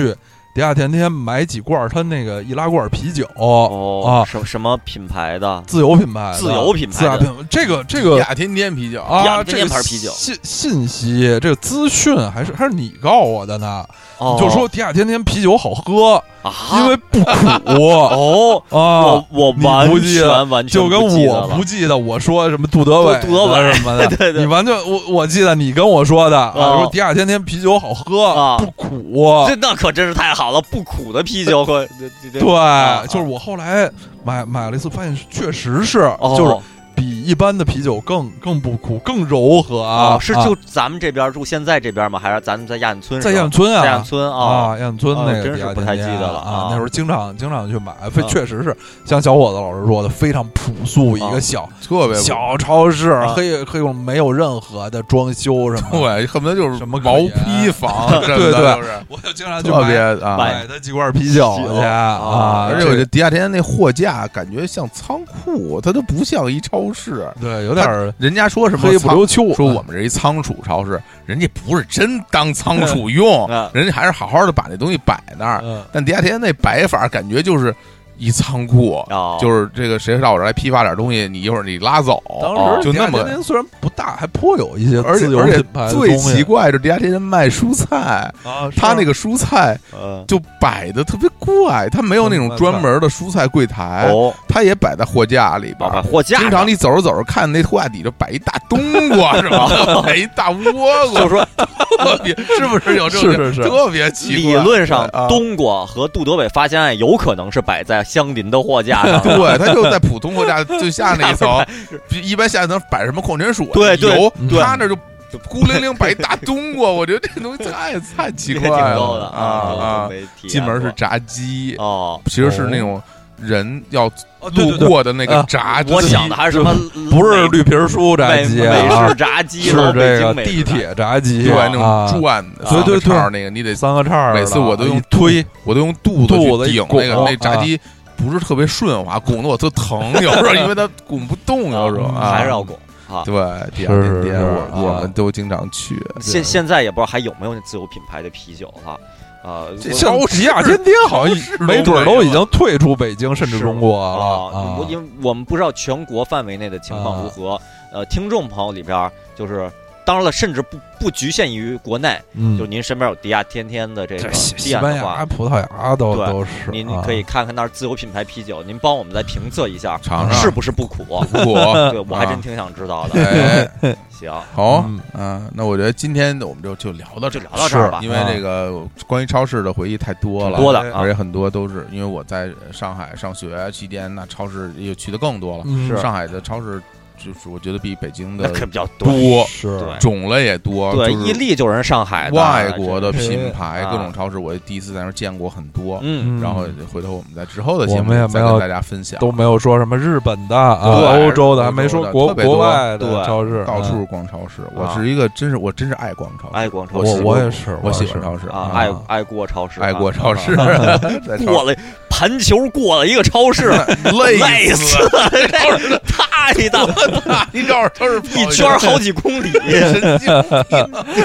迪亚天天买几罐他那个易拉罐啤酒什么品牌的？ 自由品牌，这个迪亚天天啤酒啊，天天牌啤酒信息这个资讯还是你告我的呢？就说迪亚天天啤酒好喝因为不苦我完全就跟我不记得我说什么杜德伟什么的， 对， 你完全我记得你跟我说的说迪亚天天啤酒好喝不苦， 那可真是太好了，不苦的啤酒对，就是我后来买了一次，发现确实是就是比一般的啤酒更不苦，更柔和是就咱们这边住现在这边吗？还是咱们在亚运村？ 在亚运村亚运村亚运村那个真是不太记得了那时候经常去买，确实是像小伙子老师说的，非常朴素一个小小超市，黑没有任何的装修什么， 对，恨不得就是什么毛坯房， 对，我就经常去买他几罐啤酒去而且我觉得迪亚天那货架感觉像仓库，它都不像一超市， 对，有点人家说什么黑不溜秋， 说我们这一仓储超市，人家不是真当仓储用，人家还是好好的把那东西摆那儿。但迪亚天那摆法感觉就是一仓库，就是这个谁到我这来批发点东西，你一会儿你拉走。 当时就那么虽然不大，还颇有一些自由品牌的东西。最奇怪是迪亚天天卖蔬菜他那个蔬菜就摆的特别怪，他没有那种专门的蔬菜柜台，他也摆在货架里边。 货架经常你走着走着看那货架底下摆一大冬瓜是吧？摆一大倭瓜， 就说特别是不是有这种是特别奇怪？ 理论上，冬瓜和杜德伟发现案有可能是摆在相邻的货架上， 对，他就在普通货架最下那一层，一般下一层摆什么矿泉水、 油， 他那就孤零零摆一大冬瓜，我觉得这东西太奇怪了进门是炸鸡其实是那种人要路过的那个炸鸡， 我想的还是什么？ 不是绿皮书炸鸡， 美式炸鸡， 是这个地铁炸鸡， 对，那种转的， 对， 那个你得三个叉， 每次我都用推， 我都用肚子去顶那炸鸡。不是特别顺滑，拱得我特疼，有时候因为它拱不动，有时候还是要拱对，迪亚天天我们都经常去。 现在也不知道还有没有那自有品牌的啤酒了。 像迪亚天天好像没准都已经退出北京甚至中国了因为我们不知道全国范围内的情况如何。听众朋友里边就是。当然了，甚至不局限于国内，就您身边有迪亚天天的这个西班牙、葡萄牙都是。 您可以看看那儿自有品牌啤酒，您帮我们再评测一下，是不是不苦？ 不苦， 对我还真挺想知道的。行， 好，那我觉得今天我们就聊到这儿吧， 因为这个关于超市的回忆太多了，而且很多都是因为我在上海上学期间，那超市也去的更多了。上海的超市。就是我觉得比北京的可比较多， 是种类也多。 对，伊利就是人上海的外国的品牌，各种超市，我第一次在那儿见过很多。然后回头我们在之后的节目再跟大家分享， 都没有说什么日本的欧洲的，还没说国外的超市， 到处逛超市。我是一个我真是爱逛超市， 我也是， 我喜欢超市爱过超市， 爱过超市， 过了盘球过了一个超市，累死了，太大了。 你绕着超市一圈好几公里， 神经病。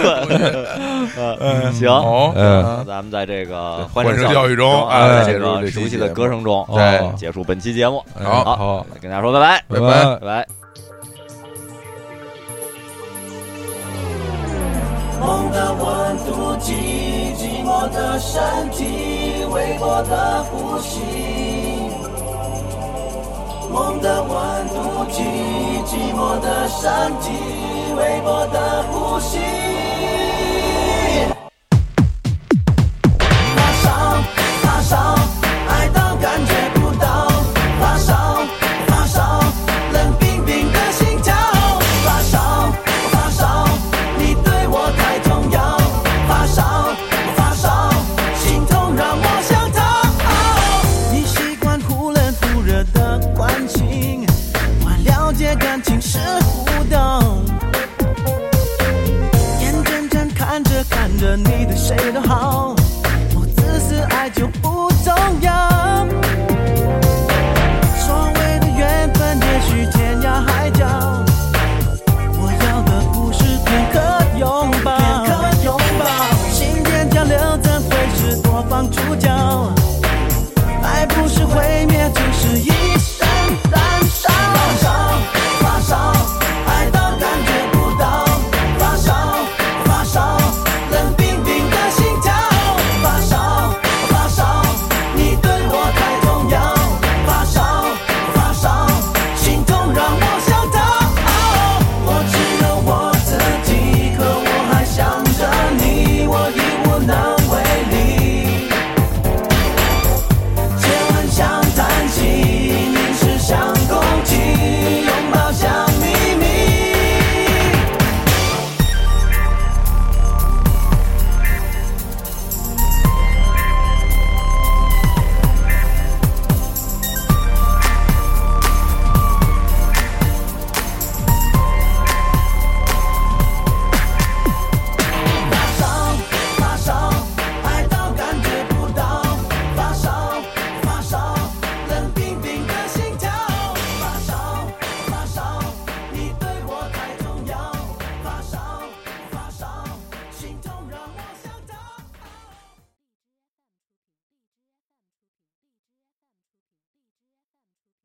行，那咱们在这个欢声教育中，在这个熟悉的歌声中，结束本期节目。好，跟大家说拜拜， 拜拜， 拜拜。 梦的温度计，寂寞的身体，微薄的呼吸。梦的温度计，寂寞的身体，微薄的呼吸。